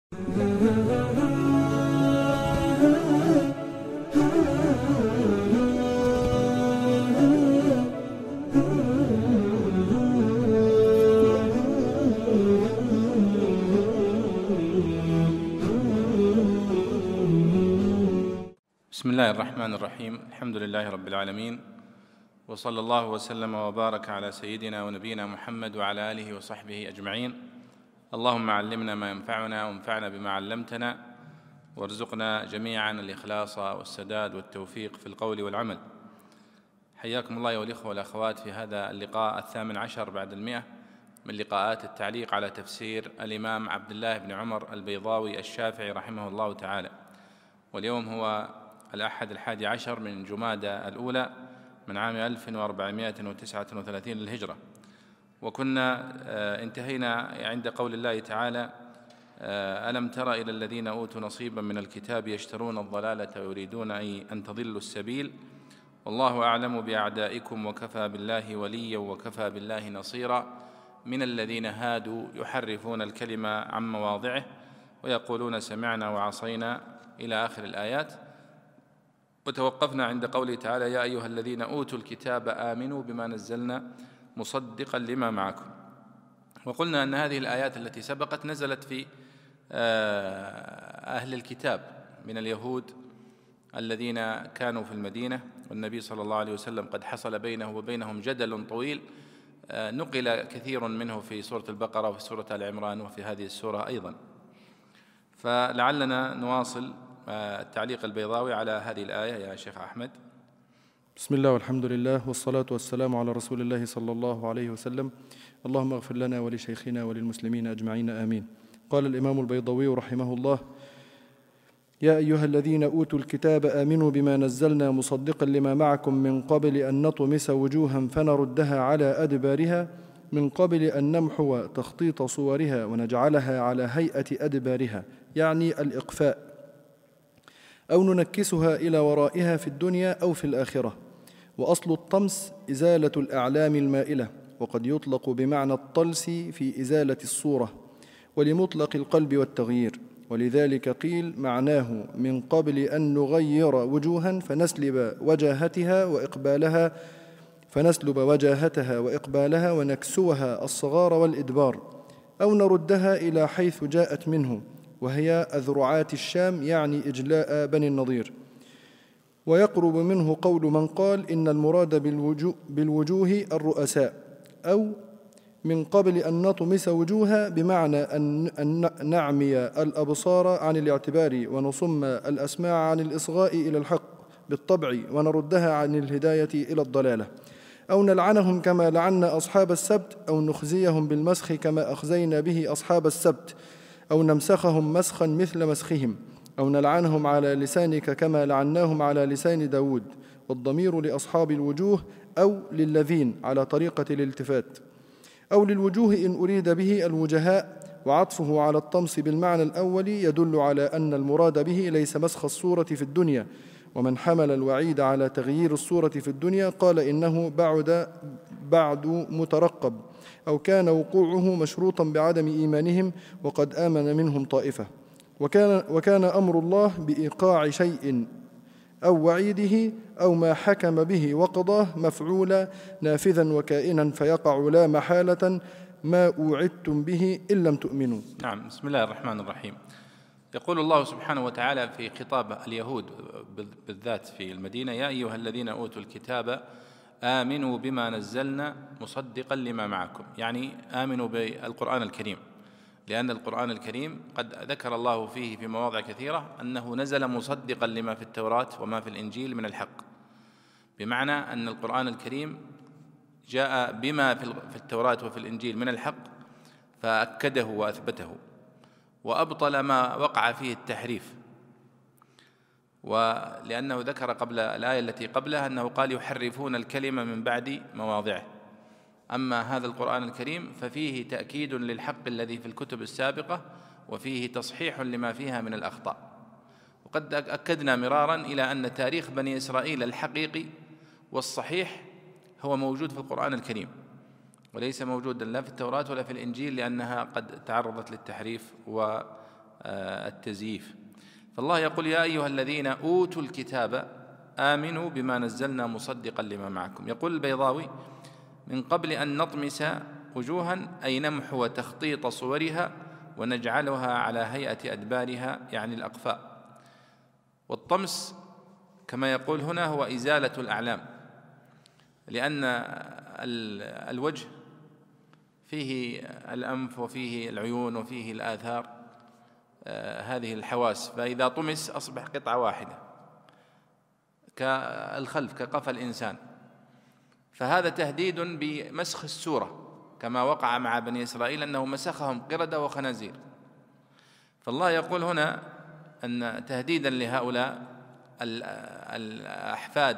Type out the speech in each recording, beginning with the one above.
بسم الله الرحمن الرحيم. الحمد لله رب العالمين، وصلى الله وسلم وبارك على سيدنا ونبينا محمد وعلى آله وصحبه أجمعين. اللهم علمنا ما ينفعنا وانفعنا بما علمتنا، وارزقنا جميعا الإخلاص والسداد والتوفيق في القول والعمل. حياكم الله والإخوة والأخوات في هذا اللقاء 18 بعد 100 من لقاءات التعليق على تفسير الإمام عبد الله بن عمر البيضاوي الشافعي رحمه الله تعالى. واليوم هو الأحد 11 من جمادى الأولى من عام 1439 للهجرة، وكنا انتهينا عند قول الله تعالى: ألم تر إلى الذين أوتوا نصيبا من الكتاب يشترون الضلالة ويريدون أن تضلوا السبيل والله أعلم بأعدائكم وكفى بالله وليا وكفى بالله نصيرا من الذين هادوا يحرفون الكلمة عن مواضعه ويقولون سمعنا وعصينا إلى آخر الآيات. وتوقفنا عند قوله تعالى: يا أيها الذين أوتوا الكتاب آمنوا بما نزلنا مصدقا لما معكم. وقلنا أن هذه الآيات التي سبقت نزلت في أهل الكتاب من اليهود الذين كانوا في المدينة، والنبي صلى الله عليه وسلم قد حصل بينه وبينهم جدل طويل نقل كثير منه في سورة البقرة وفي سورة آل عمران وفي هذه السورة أيضا. فلعلنا نواصل التعليق البيضاوي على هذه الآية يا شيخ أحمد. بسم الله والحمد لله والصلاة والسلام على رسول الله صلى الله عليه وسلم. اللهم اغفر لنا ولشيخنا وللمسلمين أجمعين آمين. قال الإمام البيضاوي رحمه الله: يا أيها الذين أوتوا الكتاب آمنوا بما نزلنا مصدقا لما معكم من قبل أن نطمس وجوها فنردها على أدبارها، من قبل أن نمحو تخطيط صورها ونجعلها على هيئة أدبارها، يعني الإقفاء، أو ننكسها إلى ورائها في الدنيا أو في الآخرة. وأصل الطمس إزالة الأعلام المائلة، وقد يطلق بمعنى الطلس في إزالة الصورة ولمطلق القلب والتغيير، ولذلك قيل معناه من قبل أن نغير وجوها فنسلب وجاهتها وإقبالها ونكسوها الصغار والإدبار، أو نردها إلى حيث جاءت منه، وهي أذرعات الشام، يعني إجلاء بني النضير. ويقرب منه قول من قال إن المراد بالوجوه الرؤساء، أو من قبل أن نطمس وجوها بمعنى أن نعمي الأبصار عن الاعتبار ونصم الأسماع عن الإصغاء إلى الحق بالطبع ونردها عن الهداية إلى الضلالة، أو نلعنهم كما لعنا أصحاب السبت، أو نخزيهم بالمسخ كما أخزينا به أصحاب السبت، أو نمسخهم مسخا مثل مسخهم، أو نلعنهم على لسانك كما لعناهم على لسان داود، والضمير لأصحاب الوجوه أو للذين على طريقة الالتفات، أو للوجوه إن أريد به الوجهاء، وعطفه على الطمس بالمعنى الأول يدل على أن المراد به ليس مسخ الصورة في الدنيا. ومن حمل الوعيد على تغيير الصورة في الدنيا قال إنه بعد مترقب، أو كان وقوعه مشروطا بعدم إيمانهم وقد آمن منهم طائفة. وكان أمر الله بإيقاع شيء أو وعيده أو ما حكم به وقضاه مفعولا نافذا وكائنا، فيقع لا محالة ما أوعدتم به إن لم تؤمنوا. نعم. بسم الله الرحمن الرحيم. يقول الله سبحانه وتعالى في خطاب اليهود بالذات في المدينة: يا أيها الذين أوتوا الكتاب آمنوا بما نزلنا مصدقا لما معكم، يعني آمنوا بالقرآن الكريم، لأن القرآن الكريم قد ذكر الله فيه في مواضع كثيرة أنه نزل مصدقا لما في التوراة وما في الإنجيل من الحق، بمعنى أن القرآن الكريم جاء بما في التوراة وفي الإنجيل من الحق فأكده وأثبته، وأبطل ما وقع فيه التحريف. ولأنه ذكر قبل الآية التي قبلها أنه قال يحرفون الكلمة من بعد مواضعه. أما هذا القرآن الكريم ففيه تأكيد للحق الذي في الكتب السابقة، وفيه تصحيح لما فيها من الأخطاء. وقد أكدنا مرارا إلى أن تاريخ بني إسرائيل الحقيقي والصحيح هو موجود في القرآن الكريم، وليس موجودا لا في التوراة ولا في الإنجيل، لأنها قد تعرضت للتحريف التزييف. فالله يقول: يا أيها الذين أوتوا الكتاب آمنوا بما نزلنا مصدقا لما معكم. يقول البيضاوي: من قبل أن نطمس وجوها أي نمحو تخطيط صورها ونجعلها على هيئة أدبارها، يعني الأقفاء. والطمس كما يقول هنا هو إزالة الأعلام، لأن الوجه فيه الأنف وفيه العيون وفيه الآثار، هذه الحواس، فإذا طمس أصبح قطعة واحدة كالخلف كقفا الإنسان. فهذا تهديد بمسخ السورة كما وقع مع بني إسرائيل أنه مسخهم قردة وخنازير. فالله يقول هنا أن تهديدا لهؤلاء الأحفاد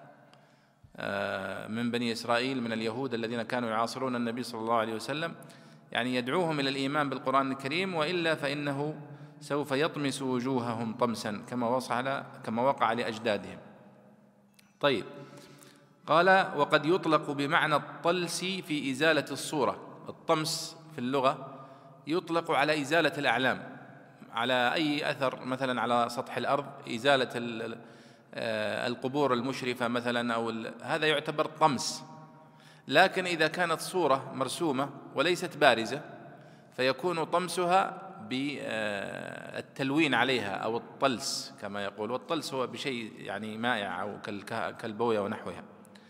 من بني إسرائيل من اليهود الذين كانوا يعاصرون النبي صلى الله عليه وسلم، يعني يدعوهم إلى الإيمان بالقرآن الكريم، وإلا فإنه سوف يطمس وجوههم طمسا كما وقع لأجدادهم. طيب، قال: وقد يطلق بمعنى الطلس في إزالة الصورة. الطمس في اللغة يطلق على إزالة الأعلام، على أي أثر، مثلا على سطح الأرض، إزالة القبور المشرفة مثلا، هذا يعتبر طمس. لكن إذا كانت صورة مرسومة وليست بارزة فيكون طمسها بالتلوين عليها أو الطلس كما يقول. والطلس هو بشيء يعني مائع أو كالبوية ونحوها.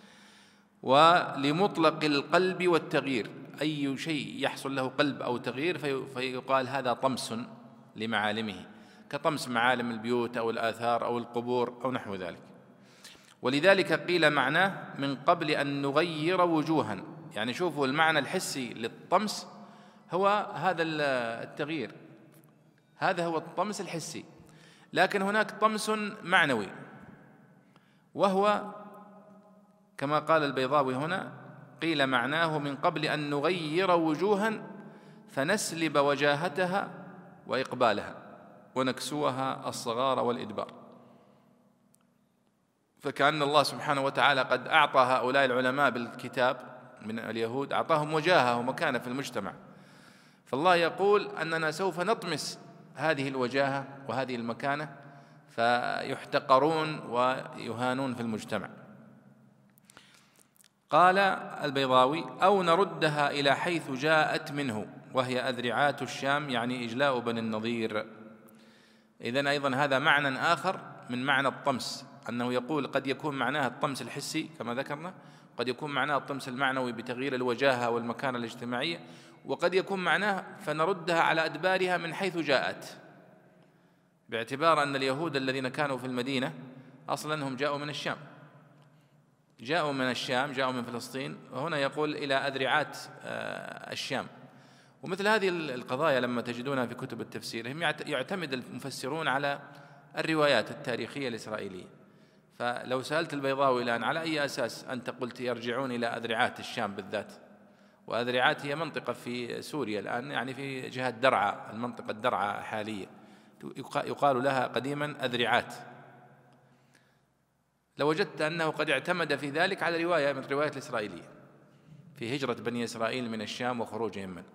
ولمطلق القلب والتغيير، أي شيء يحصل له قلب أو تغيير فيقال هذا طمس لمعالمه، كطمس معالم البيوت أو الآثار أو القبور أو نحو ذلك. ولذلك قيل معناه من قبل أن نغير وجوها. يعني شوفوا المعنى الحسي للطمس هو هذا التغيير، هذا هو الطمس الحسي. لكن هناك طمس معنوي، وهو كما قال البيضاوي هنا: قيل معناه من قبل أن نغير وجوها فنسلب وجاهتها وإقبالها ونكسوها الصغار والإدبار. فكأن الله سبحانه وتعالى قد أعطى هؤلاء العلماء بالكتاب من اليهود، أعطاهم وجاهة ومكانة في المجتمع. فالله يقول أننا سوف نطمس هذه الوجاهة وهذه المكانة فيحتقرون ويهانون في المجتمع. قال البيضاوي: أو نردها إلى حيث جاءت منه وهي أذرعات الشام، يعني إجلاء بني النضير. إذن أيضا هذا معنى آخر من معنى الطمس، أنه يقول قد يكون معناها الطمس الحسي كما ذكرنا، قد يكون معناها الطمس المعنوي بتغيير الوجاهة والمكانة الاجتماعية، وقد يكون معناه فنردها على أدبارها من حيث جاءت، باعتبار أن اليهود الذين كانوا في المدينة أصلا هم جاءوا من الشام، جاءوا من فلسطين، وهنا يقول إلى أذرعات الشام. ومثل هذه القضايا لما تجدونها في كتب التفسير هم يعتمد المفسرون على الروايات التاريخية الإسرائيلية. فلو سألت البيضاوي الآن على أي أساس أنت قلت يرجعون إلى أذرعات الشام بالذات، وأذرعات هي منطقة في سوريا الآن، يعني في جهة درعا، المنطقة درعا حاليا يقال لها قديما أذرعات، لوجدت أنه قد اعتمد في ذلك على رواية من الروايات الإسرائيلية في هجرة بني إسرائيل من الشام وخروجهم منه.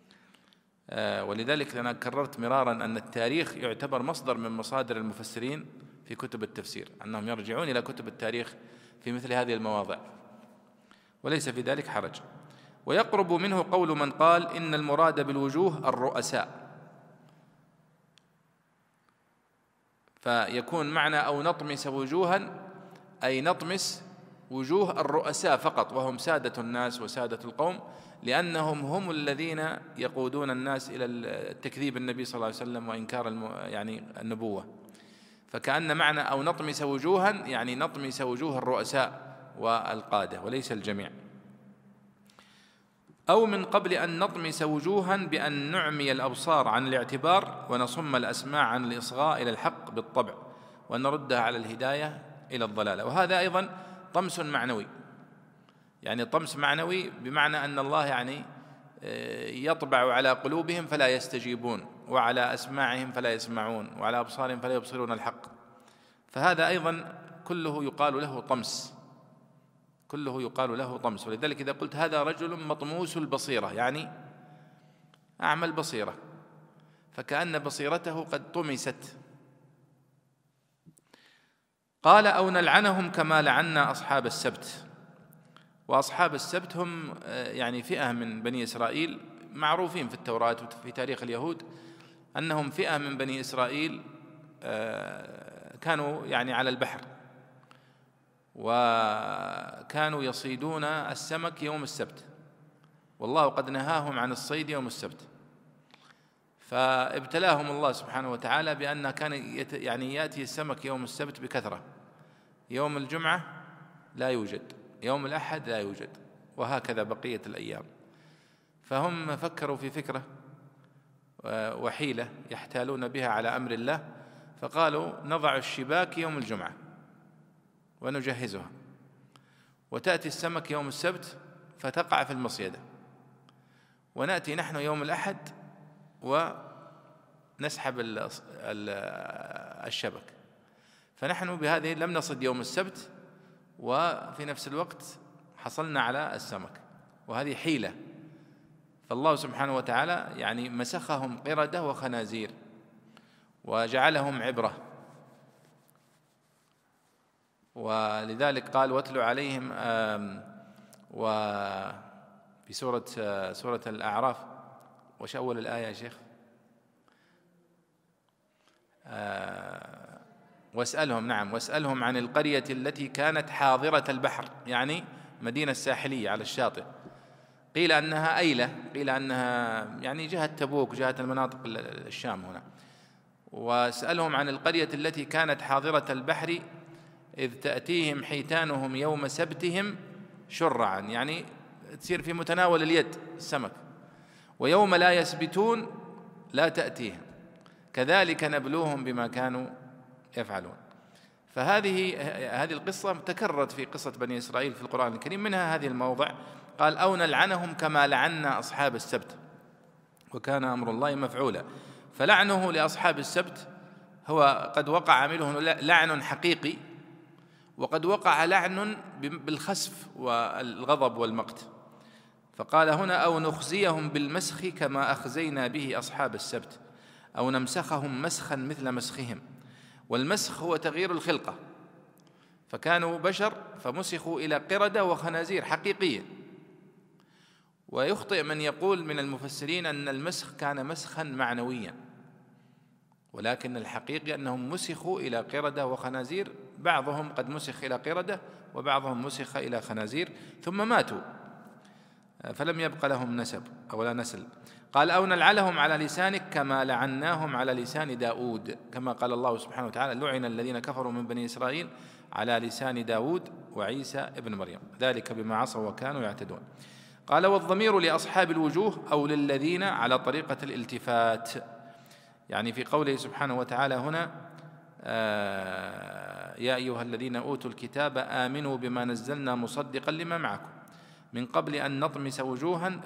ولذلك أنا كررت مرارا أن التاريخ يعتبر مصدر من مصادر المفسرين في كتب التفسير، أنهم يرجعون إلى كتب التاريخ في مثل هذه المواضع، وليس في ذلك حرج. ويقرب منه قول من قال إن المراد بالوجوه الرؤساء، فيكون معنى أو نطمس وجوها أي نطمس وجوه الرؤساء فقط، وهم سادة الناس وسادة القوم، لأنهم هم الذين يقودون الناس إلى التكذيب النبي صلى الله عليه وسلم وإنكار يعني النبوة. فكأن معنى أو نطمس وجوها يعني نطمس وجوه الرؤساء والقادة وليس الجميع. أو من قبل أن نطمس وجوها بأن نعمي الأبصار عن الاعتبار ونصم الأسماع عن الإصغاء إلى الحق بالطبع ونردها على الهداية إلى الضلالة. وهذا أيضا طمس معنوي، يعني طمس معنوي بمعنى أن الله يعني يطبع على قلوبهم فلا يستجيبون، وعلى أسماعهم فلا يسمعون، وعلى أبصارهم فلا يبصرون الحق. فهذا أيضا كله يقال له طمس، كله يقال له طمس. ولذلك إذا قلت هذا رجل مطموس البصيرة يعني أعمى البصيرة، فكأن بصيرته قد طمست. قال أو نلعنهم كما لعنا أصحاب السبت. وأصحاب السبت هم يعني فئة من بني إسرائيل معروفين في التوراة وفي تاريخ اليهود أنهم فئة من بني إسرائيل كانوا يعني على البحر، وكانوا يصيدون السمك يوم السبت، والله قد نهاهم عن الصيد يوم السبت، فابتلاهم الله سبحانه وتعالى بأن كان يعني يأتي السمك يوم السبت بكثرة، يوم الجمعة لا يوجد، يوم الأحد لا يوجد، وهكذا بقية الأيام. فهم فكروا في فكرة وحيلة يحتالون بها على أمر الله، فقالوا نضع الشباك يوم الجمعة ونجهزها، وتأتي السمك يوم السبت فتقع في المصيدة، ونأتي نحن يوم الأحد ونسحب الشبك، فنحن بهذه لم نصد يوم السبت وفي نفس الوقت حصلنا على السمك، وهذه حيلة. فالله سبحانه وتعالى يعني مسخهم قردة وخنازير وجعلهم عبرة، ولذلك قال واتل عليهم وفي سورة الأعراف، وش أول الآية يا شيخ؟ واسألهم، نعم، واسألهم عن القرية التي كانت حاضرة البحر، يعني مدينة ساحلية على الشاطئ، قيل أنها أيلة، قيل أنها يعني جهة تبوك، جهة المناطق الشام هنا. واسألهم عن القرية التي كانت حاضرة البحر إذ تأتيهم حيتانهم يوم سبتهم شرعا، يعني تصير في متناول اليد السمك، ويوم لا يسبتون لا تأتيهم كذلك نبلوهم بما كانوا يفعلون. فهذه القصة تكررت في قصة بني إسرائيل في القرآن الكريم، منها هذه الموضع قال أو نلعنهم كما لعنا أصحاب السبت، وكان أمر الله مفعولا. فلعنه لأصحاب السبت هو قد وقع منه لعن حقيقي، وقد وقع لعن بالخسف والغضب والمقت. فقال هنا أو نخزيهم بالمسخ كما أخزينا به أصحاب السبت، أو نمسخهم مسخا مثل مسخهم. والمسخ هو تغيير الخلقة، فكانوا بشر فمسخوا إلى قردة وخنازير حقيقية. ويخطئ من يقول من المفسرين أن المسخ كان مسخا معنويا، ولكن الحقيقة أنهم مسخوا إلى قردة وخنازير، بعضهم قد مسخ إلى قردة وبعضهم مسخ إلى خنازير ثم ماتوا فلم يبق لهم نسب أو لا نسل. قال أو نلعنهم على لسانك كما لعناهم على لسان داود، كما قال الله سبحانه وتعالى لعن الذين كفروا من بني إسرائيل على لسان داود وعيسى ابن مريم ذلك بما عصوا وكانوا يعتدون. قال والضمير لأصحاب الوجوه أو للذين على طريقة الالتفات، يعني في قوله سبحانه وتعالى هنا يا أيها الذين أوتوا الكتاب آمنوا بما نزلنا مصدقا لما معكم من قبل أن نطمس وجوها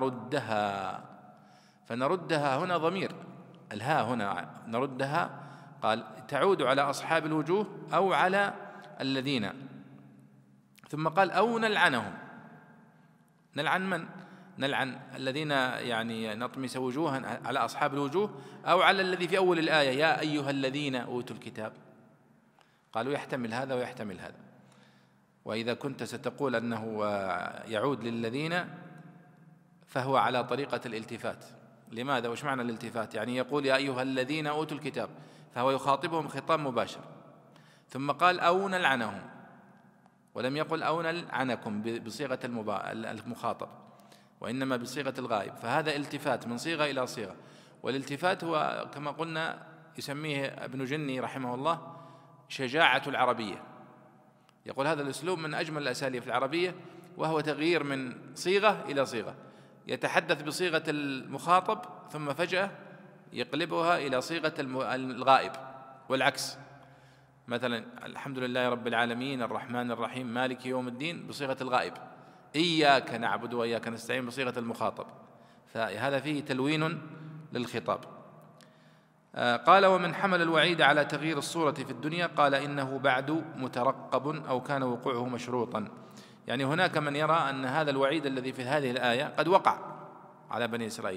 فنردها هنا ضمير الها هنا نردها، قال تعود على أصحاب الوجوه أو على الذين، ثم قال أو نلعنهم. نلعن من؟ نلعن الذين يعني نطمس وجوها على أصحاب الوجوه، أو على الذي في أول الآية يا أيها الذين أوتوا الكتاب. قالوا يحتمل هذا ويحتمل هذا. وإذا كنت ستقول أنه يعود للذين فهو على طريقة الالتفات. لماذا؟ وش معنى الالتفات؟ يعني يقول يا أيها الذين أوتوا الكتاب، فهو يخاطبهم خطاب مباشر، ثم قال أو نلعنهم، ولم يقل أو نلعنكم بصيغة المخاطب، وإنما بصيغة الغائب. فهذا التفات من صيغة إلى صيغة، والالتفات هو كما قلنا يسميه ابن جني رحمه الله شجاعة العربية. يقول هذا الأسلوب من أجمل الأساليب في العربية، وهو تغيير من صيغة إلى صيغة، يتحدث بصيغة المخاطب ثم فجأة يقلبها إلى صيغة الغائب والعكس. مثلا الحمد لله رب العالمين الرحمن الرحيم مالك يوم الدين بصيغة الغائب، إياك نعبد وإياك نستعين بصيغة المخاطب، فهذا فيه تلوين للخطاب. قال ومن حمل الوعيد على تغيير الصورة في الدنيا قال إنه بعد مترقب أو كان وقوعه مشروطا. يعني هناك من يرى أن هذا الوعيد الذي في هذه الآية قد وقع على بني إسرائيل،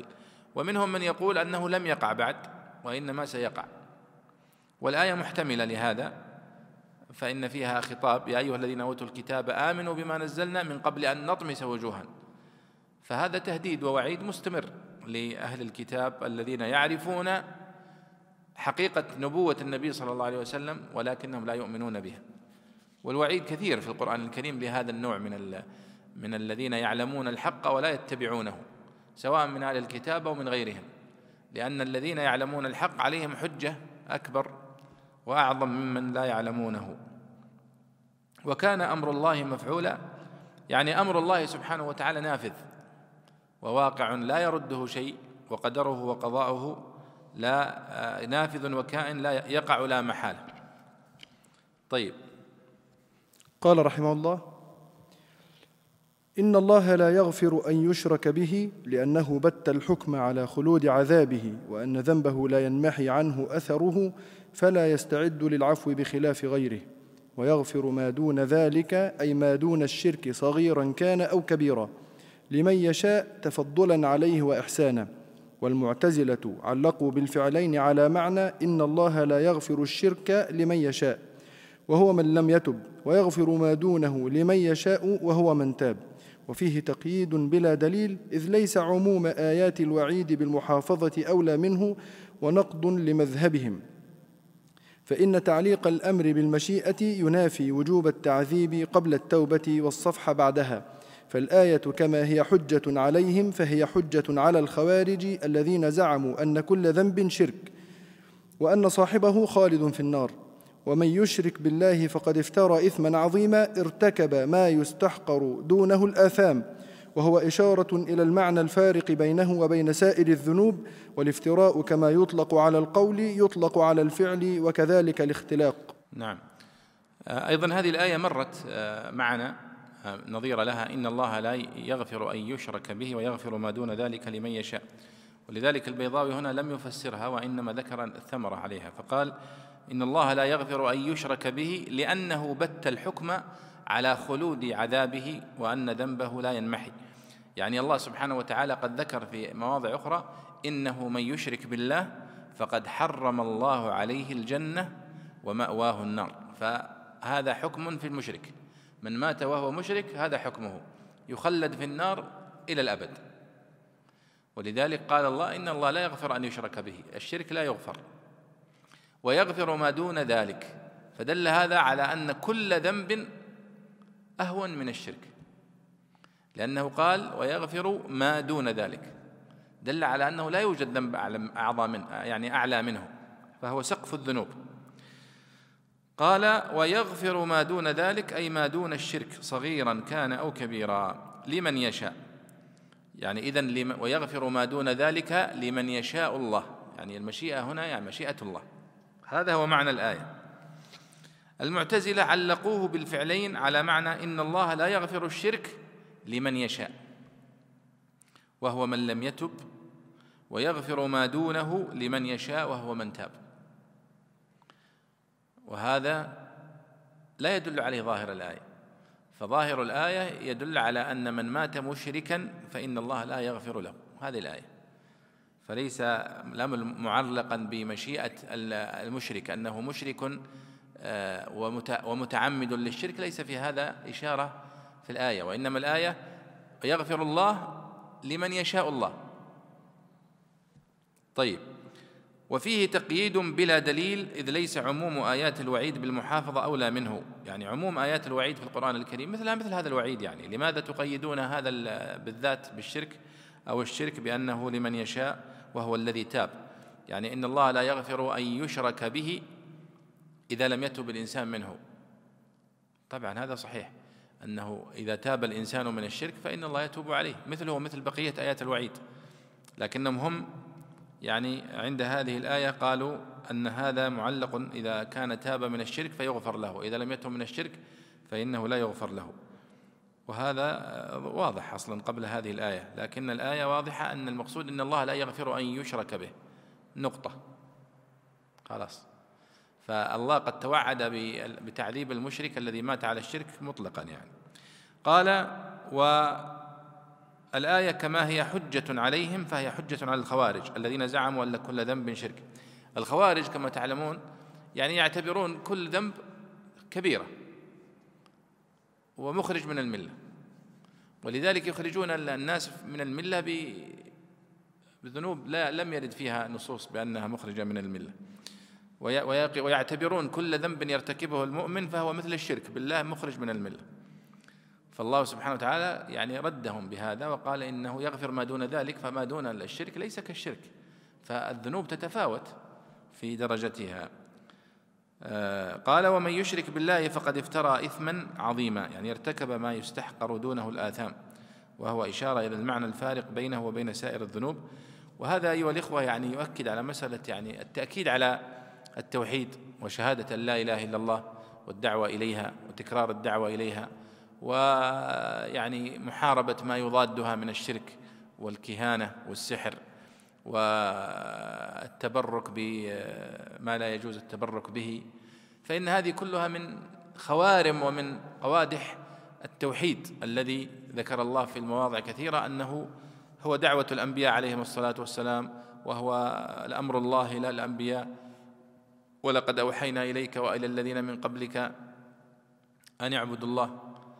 ومنهم من يقول أنه لم يقع بعد وإنما سيقع، والآية محتملة لهذا، فإن فيها خطاب يا أيها الذين أوتوا الكتاب آمنوا بما نزلنا من قبل أن نطمس وجوها، فهذا تهديد ووعيد مستمر لأهل الكتاب الذين يعرفون حقيقة نبوة النبي صلى الله عليه وسلم ولكنهم لا يؤمنون بها. والوعيد كثير في القرآن الكريم لهذا النوع من الذين يعلمون الحق ولا يتبعونه، سواء من أهل الكتاب أو من غيرهم، لأن الذين يعلمون الحق عليهم حجة أكبر وأعظم ممن لا يعلمونه. وكان أمر الله مفعولا، يعني أمر الله سبحانه وتعالى نافذ وواقع لا يرده شيء، وقدره وقضاؤه لا نافذ وكائن لا يقع لا محالة. طيب، قال رحمه الله: إن الله لا يغفر أن يشرك به لأنه بت الحكم على خلود عذابه، وأن ذنبه لا ينمحي عنه أثره فلا يستعد للعفو بخلاف غيره، ويغفر ما دون ذلك أي ما دون الشرك صغيرا كان أو كبيرا لمن يشاء تفضلا عليه وإحسانا. والمعتزلة علقوا بالفعلين على معنى إن الله لا يغفر الشرك لمن يشاء وهو من لم يتب، ويغفر ما دونه لمن يشاء وهو من تاب، وفيه تقييد بلا دليل، إذ ليس عموم آيات الوعيد بالمحافظة أولى منه ونقض لمذهبهم، فإن تعليق الأمر بالمشيئة ينافي وجوب التعذيب قبل التوبة والصفح بعدها، فالآية كما هي حجة عليهم فهي حجة على الخوارج الذين زعموا أن كل ذنب شرك وأن صاحبه خالد في النار، ومن يشرك بالله فقد افترى إثما عظيما ارتكب ما يستحقر دونه الآثام، وهو إشارة إلى المعنى الفارق بينه وبين سائر الذنوب، والافتراء كما يطلق على القول يطلق على الفعل، وكذلك الاختلاق. نعم. أيضا هذه الآية مرت معنا نظير لها: إن الله لا يغفر أن يشرك به ويغفر ما دون ذلك لمن يشاء. ولذلك البيضاوي هنا لم يفسرها وإنما ذكر الثمرة عليها، فقال: إن الله لا يغفر أن يشرك به لأنه بت الحكم على خلود عذابه وأن ذنبه لا ينمحي. يعني الله سبحانه وتعالى قد ذكر في مواضع أخرى: إنه من يشرك بالله فقد حرم الله عليه الجنة ومأواه النار. فهذا حكم في المشرك، من مات وهو مشرك هذا حكمه، يخلد في النار إلى الأبد. ولذلك قال الله: إن الله لا يغفر أن يشرك به، الشرك لا يغفر، ويغفر ما دون ذلك، فدل هذا على أن كل ذنب أهون من الشرك، لأنه قال: ويغفر ما دون ذلك، دل على أنه لا يوجد ذنب أعلى منه، فهو سقف الذنوب. قال: ويغفر ما دون ذلك أي ما دون الشرك صغيرا كان أو كبيرا لمن يشاء، يعني إذن ويغفر ما دون ذلك لمن يشاء الله، يعني المشيئة هنا يعني مشيئة الله، هذا هو معنى الآية. المعتزلة علقوه بالفعلين على معنى إن الله لا يغفر الشرك لمن يشاء وهو من لم يتب، ويغفر ما دونه لمن يشاء وهو من تاب، وهذا لا يدل عليه ظاهر الآية، فظاهر الآية يدل على أن من مات مشركا فإن الله لا يغفر له، هذه الآية، فليس الأمر معلقا بمشيئة المشرك أنه مشرك ومتعمد للشرك، ليس في هذا إشارة في الآية، وإنما الآية يغفر الله لمن يشاء الله. طيب، وفيه تقييد بلا دليل، إذ ليس عموم آيات الوعيد بالمحافظة أولى منه، يعني عموم آيات الوعيد في القرآن الكريم مثل هذا الوعيد، يعني لماذا تقيدون هذا بالذات بالشرك أو الشرك بأنه لمن يشاء وهو الذي تاب؟ يعني إن الله لا يغفر أن يشرك به إذا لم يتب الإنسان منه. طبعا هذا صحيح، أنه إذا تاب الإنسان من الشرك فإن الله يتوب عليه مثله ومثل بقية آيات الوعيد، لكنهم هم يعني عند هذه الآية قالوا أن هذا معلق، إذا كان تاب من الشرك فيغفر له، إذا لم يتب من الشرك فإنه لا يغفر له، وهذا واضح أصلا قبل هذه الآية، لكن الآية واضحة أن المقصود أن الله لا يغفر أن يشرك به، نقطة، خلاص. فالله قد توعد بتعذيب المشرك الذي مات على الشرك مطلقا يعني. قال: الآية كما هي حجة عليهم فهي حجة على الخوارج الذين زعموا أن كل ذنب شرك. الخوارج كما تعلمون يعني يعتبرون كل ذنب كبيرة ومخرج من الملة، ولذلك يخرجون الناس من الملة بذنوب لم يرد فيها نصوص بأنها مخرجة من الملة، ويعتبرون كل ذنب يرتكبه المؤمن فهو مثل الشرك بالله مخرج من الملة. فالله سبحانه وتعالى يعني ردهم بهذا وقال إنه يغفر ما دون ذلك، فما دون الشرك ليس كالشرك، فالذنوب تتفاوت في درجتها. قال ومن يشرك بالله فقد افترى إثما عظيما، يعني ارتكب ما يستحقر دونه الآثام، وهو إشارة إلى المعنى الفارق بينه وبين سائر الذنوب. وهذا أيها الإخوة يعني يؤكد على مسألة يعني التأكيد على التوحيد وشهادة أن لا إله إلا الله والدعوة إليها وتكرار الدعوة إليها، ويعني محاربة ما يضادها من الشرك والكهانة والسحر والتبرك بما لا يجوز التبرك به. فإن هذه كلها من خوارم ومن قوادح التوحيد الذي ذكر الله في المواضع كثيرة أنه هو دعوة الأنبياء عليهم الصلاة والسلام، وهو الأمر الله إلى الأنبياء ولقد أوحينا إليك وإلى الذين من قبلك أن اعبدوا الله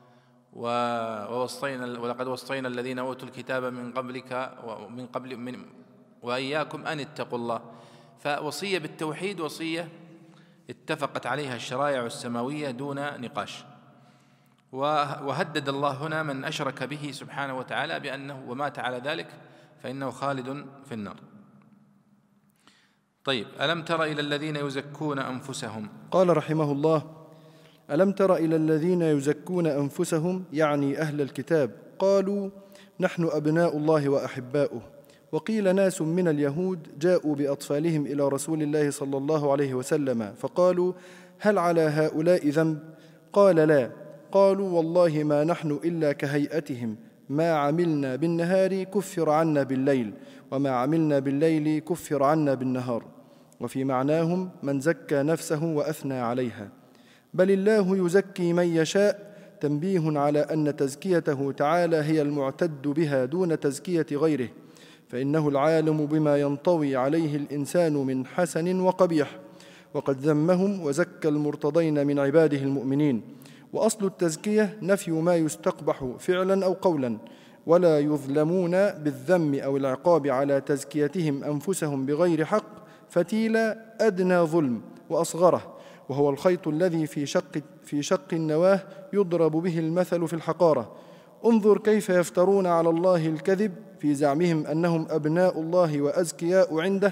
ولقد وصينا الذين أوتوا الكتاب من قبلك وإياكم أن اتقوا الله. فوصية بالتوحيد وصية اتفقت عليها الشرائع السماوية دون نقاش. وهدد الله هنا من أشرك به سبحانه وتعالى بأنه ومات على ذلك فإنه خالد في النار. طيب، ألم تر إلى الذين يزكون أنفسهم؟ قال رحمه الله: ألم تر إلى الذين يزكون أنفسهم، يعني أهل الكتاب، قالوا نحن أبناء الله وأحباؤه. وقيل ناس من اليهود جاءوا بأطفالهم إلى رسول الله صلى الله عليه وسلم فقالوا هل على هؤلاء ذنب؟ قال لا. قالوا والله ما نحن إلا كهيئتهم، ما عملنا بالنهار كفر عنا بالليل، وما عملنا بالليل كفر عنا بالنهار. وفي معناهم من زكى نفسه وأثنى عليها. بل الله يزكي من يشاء، تنبيه على أن تزكيته تعالى هي المعتد بها دون تزكية غيره، فإنه العالم بما ينطوي عليه الإنسان من حسن وقبيح، وقد ذمهم وزكى المرتضين من عباده المؤمنين. وأصل التزكية نفي ما يستقبح فعلا أو قولا، ولا يظلمون بالذم أو العقاب على تزكيتهم أنفسهم بغير حق فتيلا أدنى ظلم وأصغره، وهو الخيط الذي في شق النواه يضرب به المثل في الحقارة. انظر كيف يفترون على الله الكذب في زعمهم أنهم أبناء الله وأزكياء عنده،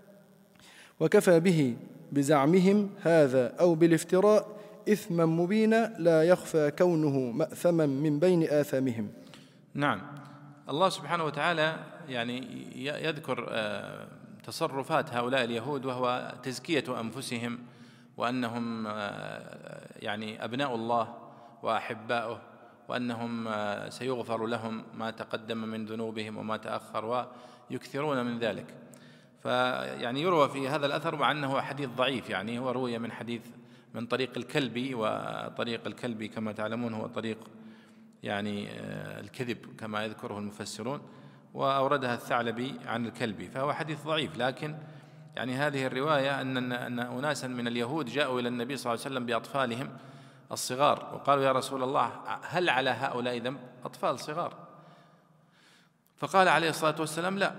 وكفى به بزعمهم هذا أو بالافتراء إثما مبينا لا يخفى كونه مأثما من بين آثامهم. نعم، الله سبحانه وتعالى يعني يذكر تصرفات هؤلاء اليهود، وهو تزكية أنفسهم وأنهم يعني أبناء الله وأحباؤه، وأنهم سيغفر لهم ما تقدم من ذنوبهم وما تأخر، ويكثرون من ذلك. فيعني يروى في هذا الأثر مع أنه حديث ضعيف، يعني هو روي من طريق الكلبي، وطريق الكلبي كما تعلمون هو طريق يعني الكذب كما يذكره المفسرون، وأوردها الثعلبي عن الكلبي، فهو حديث ضعيف. لكن يعني هذه الرواية أن أناسا من اليهود جاءوا إلى النبي صلى الله عليه وسلم بأطفالهم الصغار وقالوا يا رسول الله هل على هؤلاء ذنب؟ أطفال صغار. فقال عليه الصلاة والسلام لا.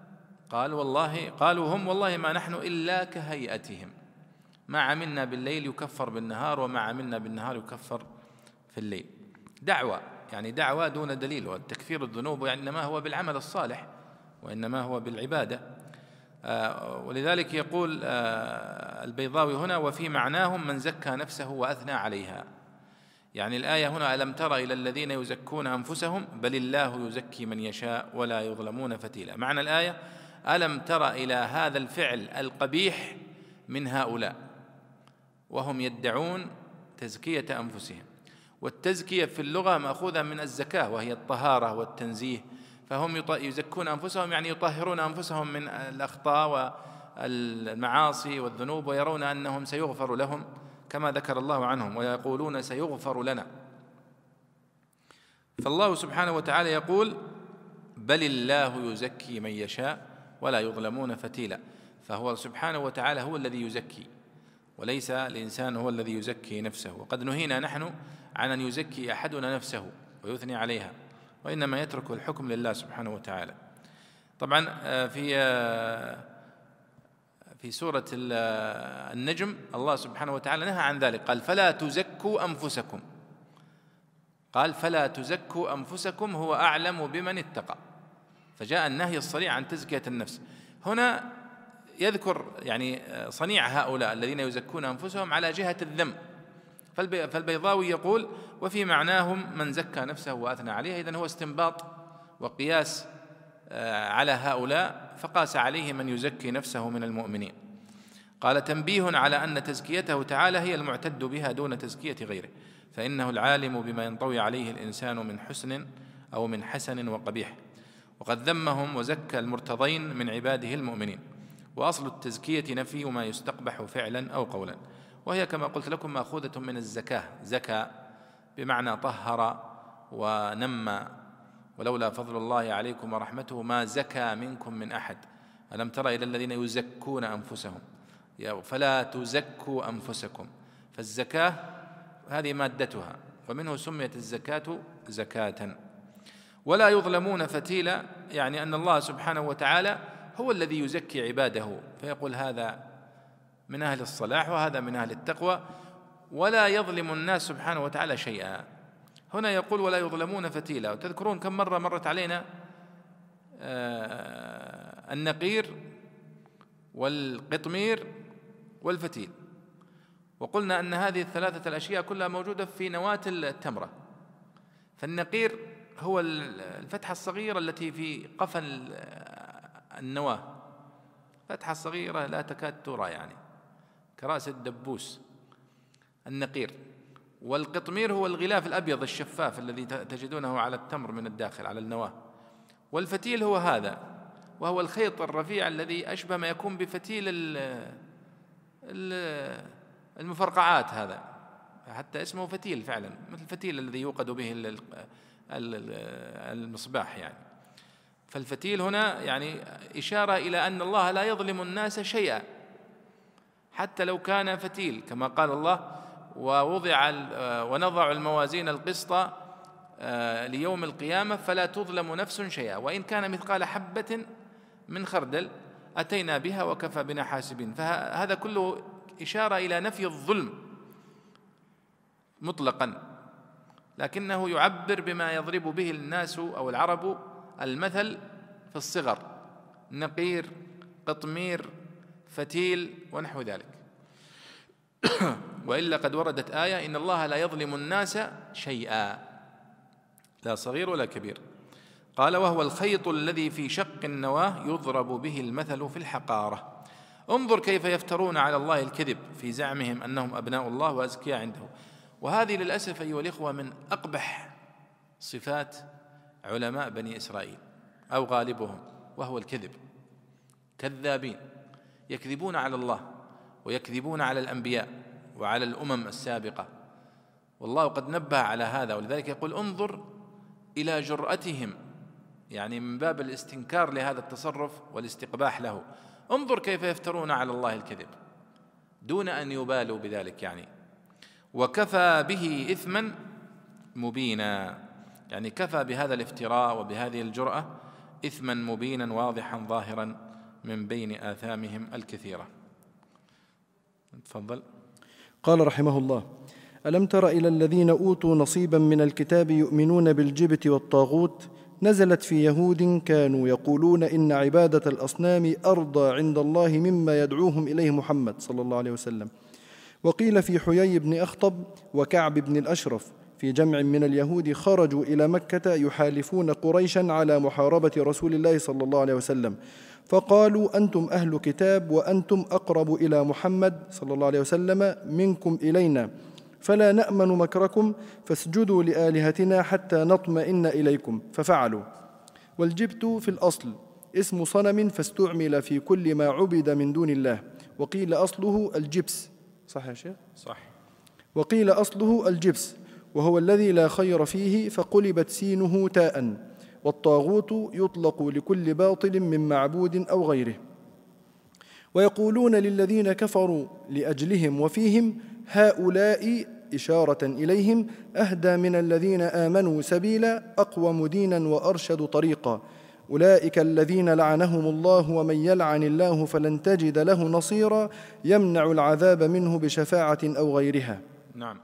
قالوا هم والله ما نحن إلا كهيئتهم، ما عملنا بالليل يكفر بالنهار، وما عملنا بالنهار يكفر في الليل. دعوة دون دليل، والتكفير الذنوب إنما هو بالعمل الصالح وإنما هو بالعبادة. ولذلك يقول البيضاوي هنا وفي معناهم من زكى نفسه وأثنى عليها. يعني الآية هنا ألم تر إلى الذين يزكون أنفسهم بل الله يزكي من يشاء ولا يظلمون فتيلا. معنى الآية ألم تر إلى هذا الفعل القبيح من هؤلاء وهم يدعون تزكية أنفسهم. والتزكية في اللغة مأخوذة من الزكاة وهي الطهارة والتنزيه، فهم يزكون أنفسهم يعني يطهرون أنفسهم من الأخطاء والمعاصي والذنوب، ويرون أنهم سيغفر لهم كما ذكر الله عنهم، ويقولون سيغفر لنا. فالله سبحانه وتعالى يقول بل الله يزكي من يشاء ولا يظلمون فتيلا. فهو سبحانه وتعالى هو الذي يزكي، وليس الإنسان هو الذي يزكي نفسه. وقد نهينا نحن عن أن يزكي أحدنا نفسه ويثني عليها، وإنما يترك الحكم لله سبحانه وتعالى. طبعا في سورة النجم الله سبحانه وتعالى نهى عن ذلك، قال فلا تزكوا أنفسكم، قال فلا تزكوا أنفسكم هو أعلم بمن اتقى، فجاء النهي الصريح عن تزكية النفس. هنا يذكر يعني صنيع هؤلاء الذين يزكون أنفسهم على جهة الذم، فالبيضاوي يقول وفي معناهم من زكى نفسه وأثنى عليها، إذن هو استنباط وقياس على هؤلاء، فقاس عليه من يزكي نفسه من المؤمنين. قال تنبيه على أن تزكيته تعالى هي المعتد بها دون تزكية غيره، فإنه العالم بما ينطوي عليه الإنسان من حسن أو من حسن وقبيح، وقد ذمهم وزكى المرتضين من عباده المؤمنين. وأصل التزكية نفي ما يستقبح فعلا أو قولا، وهي كما قلت لكم مأخوذة من الزكاة، زكى بمعنى طهر ونمى، ولولا فضل الله عليكم ورحمته ما زكى منكم من أحد، ألم تر إلى الذين يزكون أنفسهم، فلا تزكوا أنفسكم. فالزكاة هذه مادتها، ومنه سميت الزكاة زكاة. ولا يظلمون فتيلا، يعني أن الله سبحانه وتعالى هو الذي يزكي عباده، فيقول هذا من أهل الصلاح وهذا من أهل التقوى، ولا يظلم الناس سبحانه وتعالى شيئا. هنا يقول ولا يظلمون فتيلا، وتذكرون كم مرة مرت علينا النقير والقطمير والفتيل، وقلنا أن هذه الثلاثة الأشياء كلها موجودة في نواة التمرة. فالنقير هو الفتحة الصغيرة التي في قفل النواة، فتحة صغيرة لا تكاد ترى، يعني كرأس الدبوس، النقير. والقطمير هو الغلاف الأبيض الشفاف الذي تجدونه على التمر من الداخل على النواة. والفتيل هو هذا، وهو الخيط الرفيع الذي أشبه ما يكون بفتيل المفرقعات، هذا حتى اسمه فتيل فعلا، مثل الفتيل الذي يوقد به المصباح يعني. فالفتيل هنا يعني إشارة إلى أن الله لا يظلم الناس شيئا، حتى لو كان فتيل، كما قال الله ونضع الموازين القسط ليوم القيامة فلا تظلم نفس شيئا وإن كان مثقال حبة من خردل أتينا بها وكفى بنا حاسبين. فهذا كله إشارة إلى نفي الظلم مطلقا، لكنه يعبر بما يضرب به الناس أو العرب المثل في الصغر، نقير، قطمير، فتيل ونحو ذلك. وإلا قد وردت آية إن الله لا يظلم الناس شيئا، لا صغير ولا كبير. قال وهو الخيط الذي في شق النواة يضرب به المثل في الحقارة. انظر كيف يفترون على الله الكذب في زعمهم أنهم أبناء الله وأزكياء عنده. وهذه للأسف أيها الإخوة من أقبح صفات علماء بني إسرائيل أو غالبهم، وهو الكذب. كذابين، يكذبون على الله ويكذبون على الأنبياء وعلى الأمم السابقة، والله قد نبه على هذا. ولذلك يقول انظر إلى جرأتهم، يعني من باب الاستنكار لهذا التصرف والاستقباح له. انظر كيف يفترون على الله الكذب دون أن يبالوا بذلك يعني. وكفى به إثما مبينا، يعني كفى بهذا الافتراء وبهذه الجرأة إثما مبينا واضحا ظاهرا من بين آثامهم الكثيرة. تفضل. قال رحمه الله: ألم تر إلى الذين أوتوا نصيبا من الكتاب يؤمنون بالجبت والطاغوت، نزلت في يهود كانوا يقولون إن عبادة الأصنام أرضى عند الله مما يدعوهم إليه محمد صلى الله عليه وسلم. وقيل في حيي بن أخطب وكعب بن الأشرف في جمع من اليهود خرجوا إلى مكة يحالفون قريشا على محاربة رسول الله صلى الله عليه وسلم، فقالوا أنتم أهل كتاب وأنتم أقرب إلى محمد صلى الله عليه وسلم منكم إلينا، فلا نأمن مكركم، فاسجدوا لآلهتنا حتى نطمئن إليكم، ففعلوا. والجبت في الأصل اسم صنم فاستعمل في كل ما عبد من دون الله، وقيل أصله الجبس. صح يا شيخ؟ صح. وقيل أصله الجبس وهو الذي لا خير فيه، فقلبت سينه تاء. والطاغوت يطلق لكل باطل من معبود أو غيره. ويقولون للذين كفروا لأجلهم وفيهم هؤلاء إشارة إليهم أهدى من الذين آمنوا سبيلا أقوم دينا وأرشد طريقا أولئك الذين لعنهم الله ومن يلعن الله فلن تجد له نصيرا يمنع العذاب منه بشفاعة أو غيرها. نعم.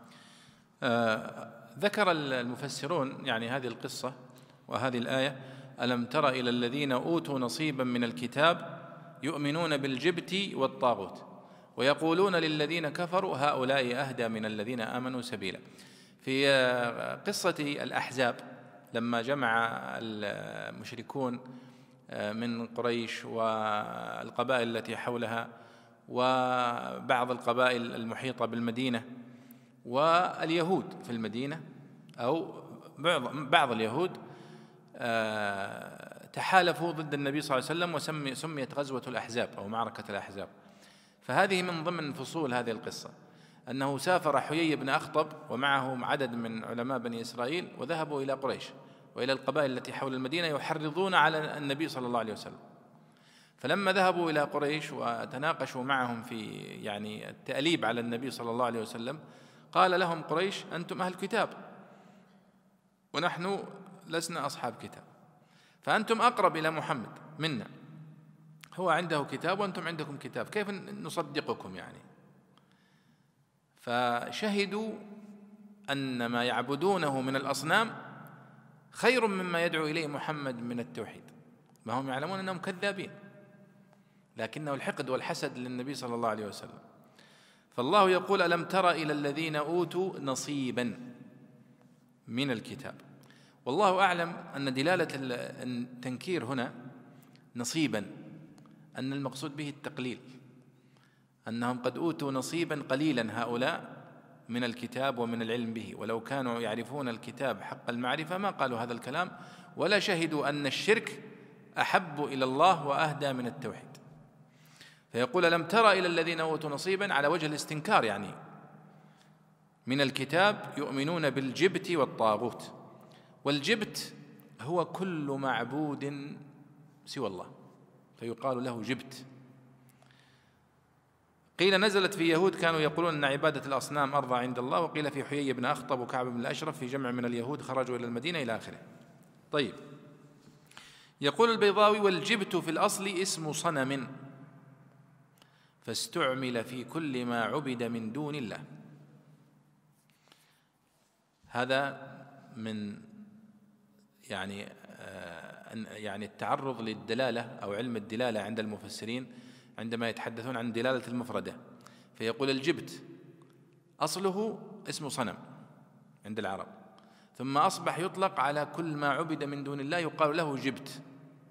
ذكر المفسرون يعني هذه القصة وهذه الآية: ألم تر إلى الذين أوتوا نصيبا من الكتاب يؤمنون بالجبت والطاغوت ويقولون للذين كفروا هؤلاء أهدى من الذين آمنوا سبيلا. في قصة الأحزاب لما جمع المشركون من قريش والقبائل التي حولها وبعض القبائل المحيطة بالمدينة واليهود في المدينة أو بعض اليهود تحالفوا ضد النبي صلى الله عليه وسلم وسميت غزوة الأحزاب أو معركة الأحزاب. فهذه من ضمن فصول هذه القصة أنه سافر حيي بن أخطب ومعه عدد من علماء بني إسرائيل وذهبوا إلى قريش وإلى القبائل التي حول المدينة يحرضون على النبي صلى الله عليه وسلم. فلما ذهبوا إلى قريش وتناقشوا معهم في يعني التأليب على النبي صلى الله عليه وسلم قال لهم قريش: أنتم أهل كتاب ونحن لسنا أصحاب كتاب، فأنتم أقرب إلى محمد منا، هو عنده كتاب وأنتم عندكم كتاب، كيف نصدقكم يعني؟ فشهدوا أن ما يعبدونه من الأصنام خير مما يدعو إليه محمد من التوحيد، ما هم يعلمون أنهم كذابين، لكنه الحقد والحسد للنبي صلى الله عليه وسلم. فالله يقول: ألم تر إلى الذين أوتوا نصيبا من الكتاب. والله أعلم أن دلالة التنكير هنا نصيبا أن المقصود به التقليل، أنهم قد أوتوا نصيبا قليلا هؤلاء من الكتاب ومن العلم به، ولو كانوا يعرفون الكتاب حق المعرفة ما قالوا هذا الكلام ولا شهدوا أن الشرك أحب إلى الله وأهدى من التوحيد. فيقول: ألم تر إلى الذين أوتوا نصيبا على وجه الاستنكار، يعني من الكتاب يؤمنون بالجبت والطاغوت. والجبت هو كل معبود سوى الله فيقال له جبت. قيل نزلت في يهود كانوا يقولون أن عبادة الأصنام أرضى عند الله، وقيل في حيي بن أخطب وكعب بن الأشرف في جمع من اليهود خرجوا إلى المدينة إلى آخره. طيب، يقول البيضاوي: والجبت في الأصل اسم صنم فاستعمل في كل ما عبد من دون الله. هذا من يعني التعرض للدلالة أو علم الدلالة عند المفسرين عندما يتحدثون عن دلالة المفردة. فيقول: الجبت أصله اسم صنم عند العرب، ثم أصبح يطلق على كل ما عبد من دون الله يقال له جبت.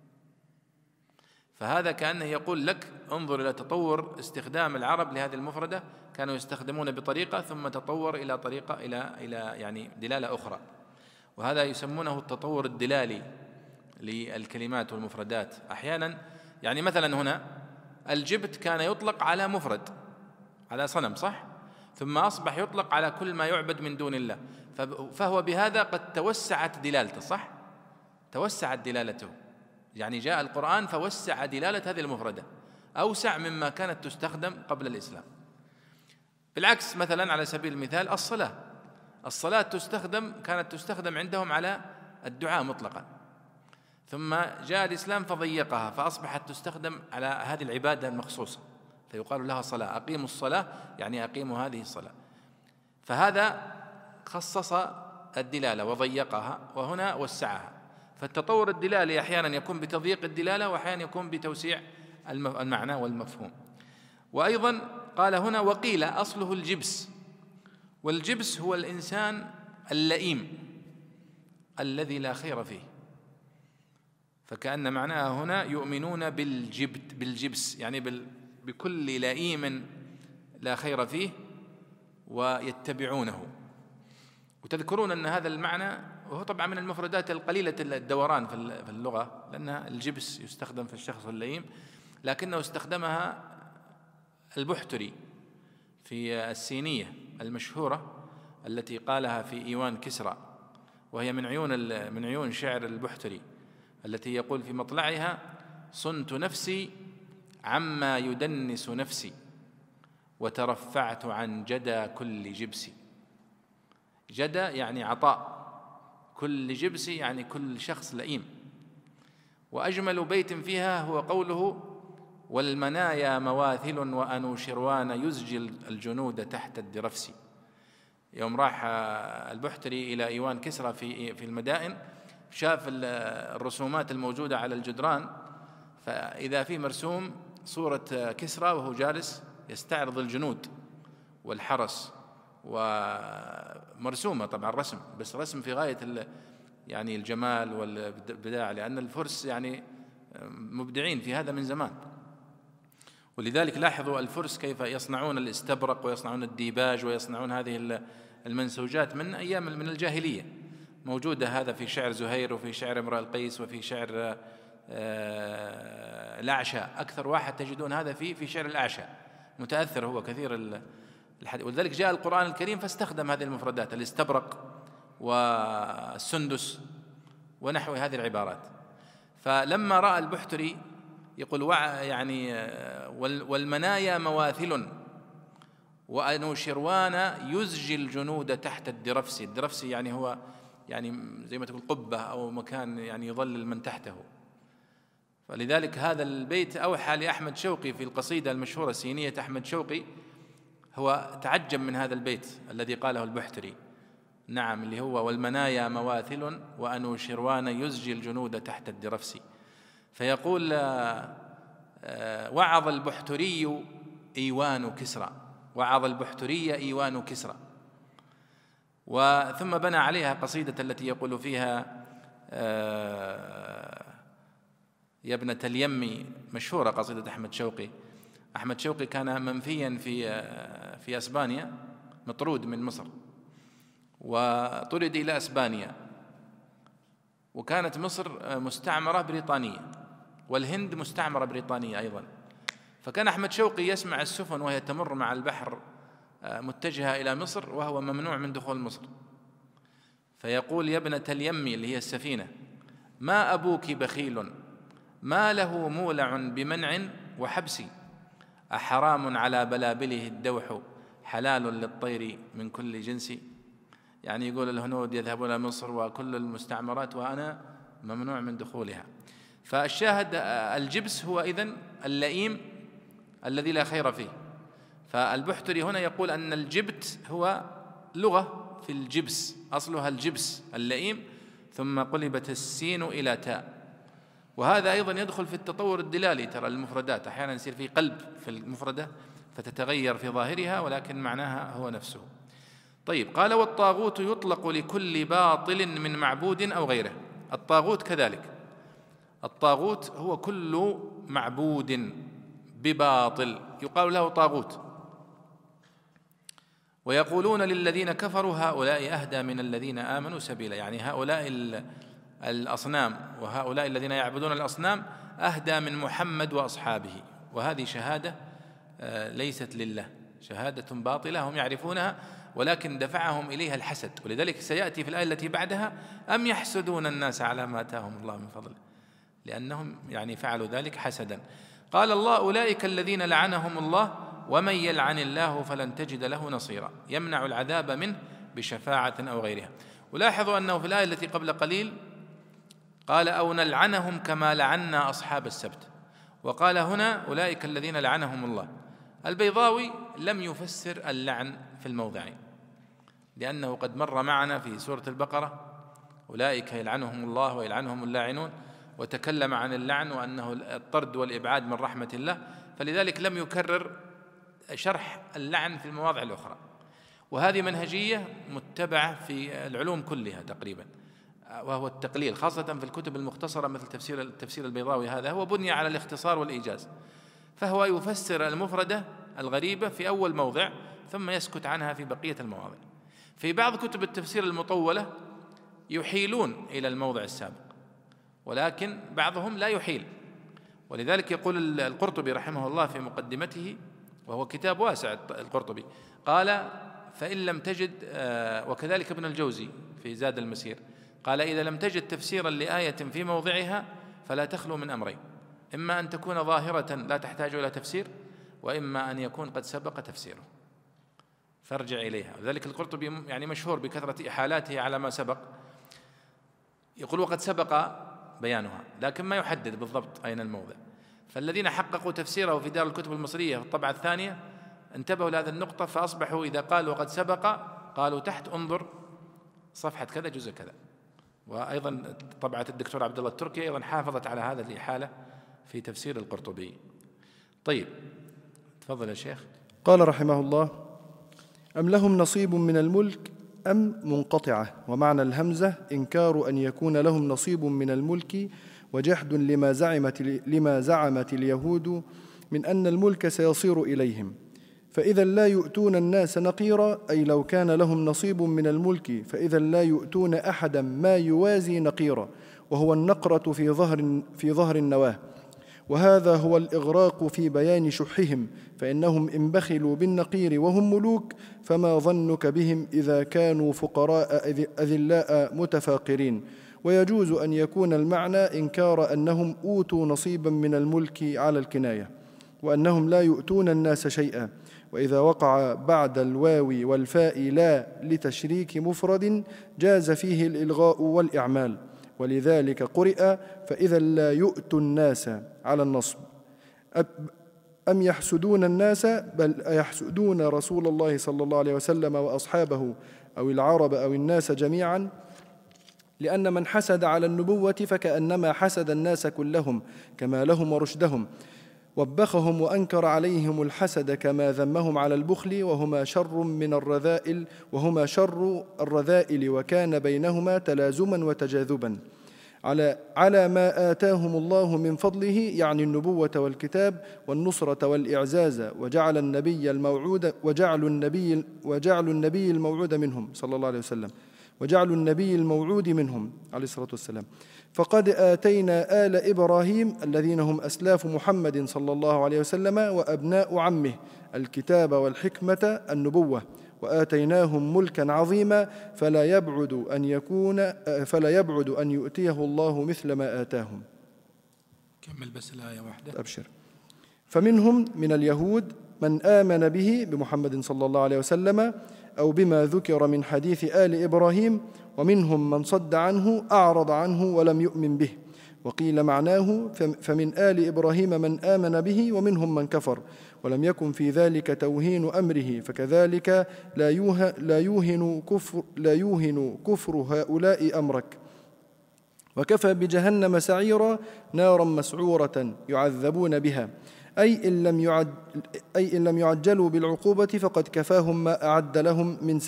فهذا كأنه يقول لك: انظر إلى تطور استخدام العرب لهذه المفردة، كانوا يستخدمون بطريقة ثم تطور إلى طريقة إلى يعني دلالة أخرى، وهذا يسمونه التطور الدلالي للكلمات والمفردات. أحيانا يعني مثلا هنا الجبت كان يطلق على مفرد على صنم، صح؟ ثم أصبح يطلق على كل ما يعبد من دون الله، فهو بهذا قد توسعت دلالته، صح؟ توسعت دلالته، يعني جاء القرآن فوسع دلالة هذه المفردة أوسع مما كانت تستخدم قبل الإسلام. بالعكس مثلا على سبيل المثال الصلاة كانت تستخدم عندهم على الدعاء مطلقا، ثم جاء الإسلام فضيقها فأصبحت تستخدم على هذه العبادة المخصوصة، فيقال لها صلاة، أقيموا الصلاة يعني أقيموا هذه الصلاة. فهذا خصص الدلالة وضيقها، وهنا وسعها. فالتطور الدلالي أحيانا يكون بتضييق الدلالة وأحيانا يكون بتوسيع المعنى والمفهوم. وأيضا قال هنا: وقيل أصله الجبس، والجبس هو الإنسان اللئيم الذي لا خير فيه، فكأن معناها هنا يؤمنون بالجبس يعني بكل لئيم لا خير فيه ويتبعونه. وتذكرون أن هذا المعنى وهو طبعا من المفردات القليلة الدوران في اللغة، لأن الجبس يستخدم في الشخص اللئيم، لكنه استخدمها البحتري في السينية المشهورة التي قالها في إيوان كسرى، وهي من عيون شعر البحتري، التي يقول في مطلعها: صنت نفسي عما يدنس نفسي وترفعت عن جدى كل جبس. جدى يعني عطاء، كل جبس يعني كل شخص لئيم. وأجمل بيت فيها هو قوله: والمنايا مواثل وأنوشروان يزجي الجنود تحت الدرفس. يوم راح البحتري إلى إيوان كسرى في المدائن، شاف الرسومات الموجودة على الجدران، فإذا في مرسوم صورة كسرى وهو جالس يستعرض الجنود والحرس، ومرسومة طبعا رسم، بس رسم في غاية يعني الجمال والبداع، لأن الفرس يعني مبدعين في هذا من زمان. ولذلك لاحظوا الفرس كيف يصنعون الاستبرق ويصنعون الديباج ويصنعون هذه المنسوجات من أيام من الجاهلية. موجودة هذا في شعر زهير وفي شعر امرؤ القيس وفي شعر الأعشى. أكثر واحد تجدون هذا في شعر الأعشى، متأثر هو كثير الحديث. ولذلك جاء القرآن الكريم فاستخدم هذه المفردات: الاستبرق والسندس ونحو هذه العبارات. فلما رأى البحتري يقول يعني والمنايا مواثل وأنوشروان يزجي الجنود تحت الدرفس. الدرفس يعني هو يعني زي ما تقول قبة أو مكان يعني يظلل من تحته. فلذلك هذا البيت أوحى لأحمد شوقي في القصيدة المشهورة سينية أحمد شوقي، هو تعجب من هذا البيت الذي قاله البحتري، نعم، اللي هو: والمنايا مواثل وأنوشروان يزجي الجنود تحت الدرفس. فيقول: وعظ البحتري إيوان كسرى، وعظ البحتري إيوان كسرى. وثم بنى عليها قصيدة التي يقول فيها: يا ابنة اليم، مشهورة قصيدة أحمد شوقي. أحمد شوقي كان منفيا في أسبانيا، مطرود من مصر وطرد إلى أسبانيا، وكانت مصر مستعمرة بريطانية والهند مستعمرة بريطانية أيضا. فكان أحمد شوقي يسمع السفن وهي تمر مع البحر متجهة إلى مصر وهو ممنوع من دخول مصر، فيقول: يا ابنة اليم، اللي هي السفينة، ما أبوك بخيل، ما له مولع بمنع وحبس، أحرام على بلابله الدوح، حلال للطير من كل جنس. يعني يقول الهنود يذهبون إلى مصر وكل المستعمرات وأنا ممنوع من دخولها. فالشاهد الجبس هو إذن اللئيم الذي لا خير فيه. فالبحتري هنا يقول أن الجبت هو لغة في الجبس، أصلها الجبس اللئيم، ثم قلبت السين إلى تاء. وهذا أيضا يدخل في التطور الدلالي، ترى المفردات أحيانا يصير في قلب في المفردة فتتغير في ظاهرها ولكن معناها هو نفسه. طيب، قال: والطاغوت يطلق لكل باطل من معبود أو غيره. الطاغوت كذلك، الطاغوت هو كل معبود بباطل يقال له طاغوت. ويقولون للذين كفروا: هؤلاء أهدى من الذين آمنوا سبيلا. يعني هؤلاء الأصنام وهؤلاء الذين يعبدون الأصنام أهدى من محمد وأصحابه. وهذه شهادة ليست لله، شهادة باطلة هم يعرفونها، ولكن دفعهم إليها الحسد. ولذلك سيأتي في الآية التي بعدها: أم يحسدون الناس على ما آتاهم الله من فضله، لأنهم يعني فعلوا ذلك حسدا. قال الله: أولئك الذين لعنهم الله ومن يلعن الله فلن تجد له نصيرا، يمنع العذاب منه بشفاعة أو غيرها. ولاحظوا أنه في الآية التي قبل قليل قال: أو نلعنهم كما لعنا أصحاب السبت، وقال هنا: أولئك الذين لعنهم الله. البيضاوي لم يفسر اللعن في الموضعين، لأنه قد مر معنا في سورة البقرة: أولئك يلعنهم الله ويلعنهم اللاعنون، وتكلم عن اللعن وأنه الطرد والإبعاد من رحمة الله، فلذلك لم يكرر شرح اللعن في المواضع الأخرى. وهذه منهجية متبعة في العلوم كلها تقريبا، وهو التقليل، خاصة في الكتب المختصرة مثل تفسير البيضاوي. هذا هو بني على الاختصار والإيجاز، فهو يفسر المفردة الغريبة في أول موضع ثم يسكت عنها في بقية المواضع. في بعض كتب التفسير المطولة يحيلون إلى الموضع السابق، ولكن بعضهم لا يحيل. ولذلك يقول القرطبي رحمه الله في مقدمته، وهو كتاب واسع القرطبي، قال: فإن لم تجد، وكذلك ابن الجوزي في زاد المسير، قال إذا لم تجد تفسيرا لآية في موضعها فلا تخلو من أمرين: إما أن تكون ظاهرة لا تحتاج إلى تفسير، وإما أن يكون قد سبق تفسيره فارجع إليها. وذلك القرطبي يعني مشهور بكثرة إحالاته على ما سبق، يقول وقد سبق بيانها، لكن ما يحدد بالضبط أين الموضع. فالذين حققوا تفسيره في دار الكتب المصرية في الطبعة الثانية انتبهوا لهذه النقطة، فأصبحوا إذا قالوا وقد سبق قالوا تحت انظر صفحة كذا جزء كذا. وأيضا طبعة الدكتور عبد الله التركي أيضا حافظت على هذا الإحالة في تفسير القرطبي. طيب تفضل يا شيخ. قال رحمه الله: أم لهم نصيب من الملك أم منقطعة. ومعنى الهمزة إنكار أن يكون لهم نصيب من الملك، وجحد لما زعمت اليهود من أن الملك سيصير إليهم، فإذا لا يؤتون الناس نقيرا، أي لو كان لهم نصيب من الملك فإذا لا يؤتون أحدا ما يوازي نقيرا، وهو النقرة في ظهر النواة. وهذا هو الإغراق في بيان شحهم، فإنهم إن بخلوا بالنقير وهم ملوك فما ظنك بهم إذا كانوا فقراء أذلاء متفاقرين. ويجوز أن يكون المعنى إنكار أنهم أوتوا نصيبا من الملك على الكناية، وأنهم لا يؤتون الناس شيئا. وإذا وقع بعد الواو والفاء لا لتشريك مفرد جاز فيه الإلغاء والإعمال، ولذلك قرئ فإذا لا يؤتوا الناس على النصب. أم يحسدون الناس، بل يحسدون رسول الله صلى الله عليه وسلم وأصحابه أو العرب أو الناس جميعا، لأن من حسد على النبوة فكأنما حسد الناس كلهم كمالهم ورشدهم، وبخهم وأنكر عليهم الحسد كما ذمهم على البخل، وهما شر الرذائل، وكان بينهما تلازما وتجاذبا على ما آتاهم الله من فضله، يعني النبوة والكتاب والنصرة والإعزاز، وجعلوا النبي الموعود منهم صلى الله عليه وسلم، وجعلوا النبي الموعود منهم عليه الصلاة والسلام. فقد آتينا آل إبراهيم الذين هم أسلاف محمد صلى الله عليه وسلم وأبناء عمه الكتاب والحكمة النبوة، وآتيناهم ملكا عظيما، فلا يبعد أن يؤتيه الله مثل ما آتاهم. كمل بس الآية واحدة. أبشر. فمنهم من اليهود من آمن به بمحمد صلى الله عليه وسلم أو بما ذكر من حديث آل إبراهيم، ومنهم من صد عنه أعرض عنه ولم يؤمن به. وقيل معناه فمن آل إبراهيم من آمن به ومنهم من كفر، ولم يكن في ذلك توهين أمره، فكذلك لا يوهن كفر هؤلاء أمرك. وكفى بجهنم سعيرا، نارا مسعورة يعذبون بها، أي إن لم يعجلوا بالعقوبة فقد كفاهم ما أعد لهم من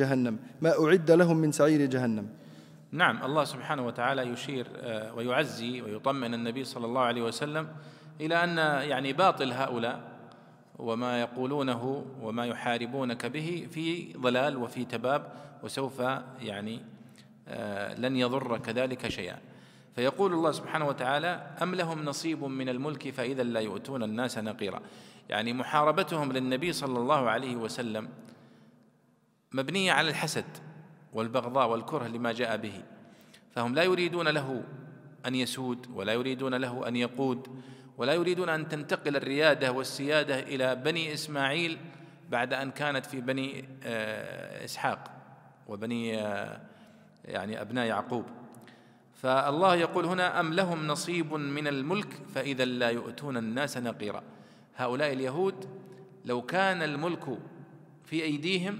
سعير جهنم. نعم، الله سبحانه وتعالى يشير ويعزي ويطمئن النبي صلى الله عليه وسلم إلى أن يعني باطل هؤلاء وما يقولونه وما يحاربونك به في ضلال وفي تباب، وسوف يعني لن يضر كذلك شيئا. فيقول الله سبحانه وتعالى: أم لهم نصيب من الملك فإذا لا يؤتون الناس نقيرا. يعني محاربتهم للنبي صلى الله عليه وسلم مبنية على الحسد والبغضاء والكره لما جاء به، فهم لا يريدون له أن يسود، ولا يريدون له أن يقود، ولا يريدون أن تنتقل الريادة والسيادة إلى بني إسماعيل بعد أن كانت في بني إسحاق وبني يعني أبناء يعقوب. فالله يقول هنا: أم لهم نصيب من الملك فإذا لا يؤتون الناس نقيرا. هؤلاء اليهود لو كان الملك في أيديهم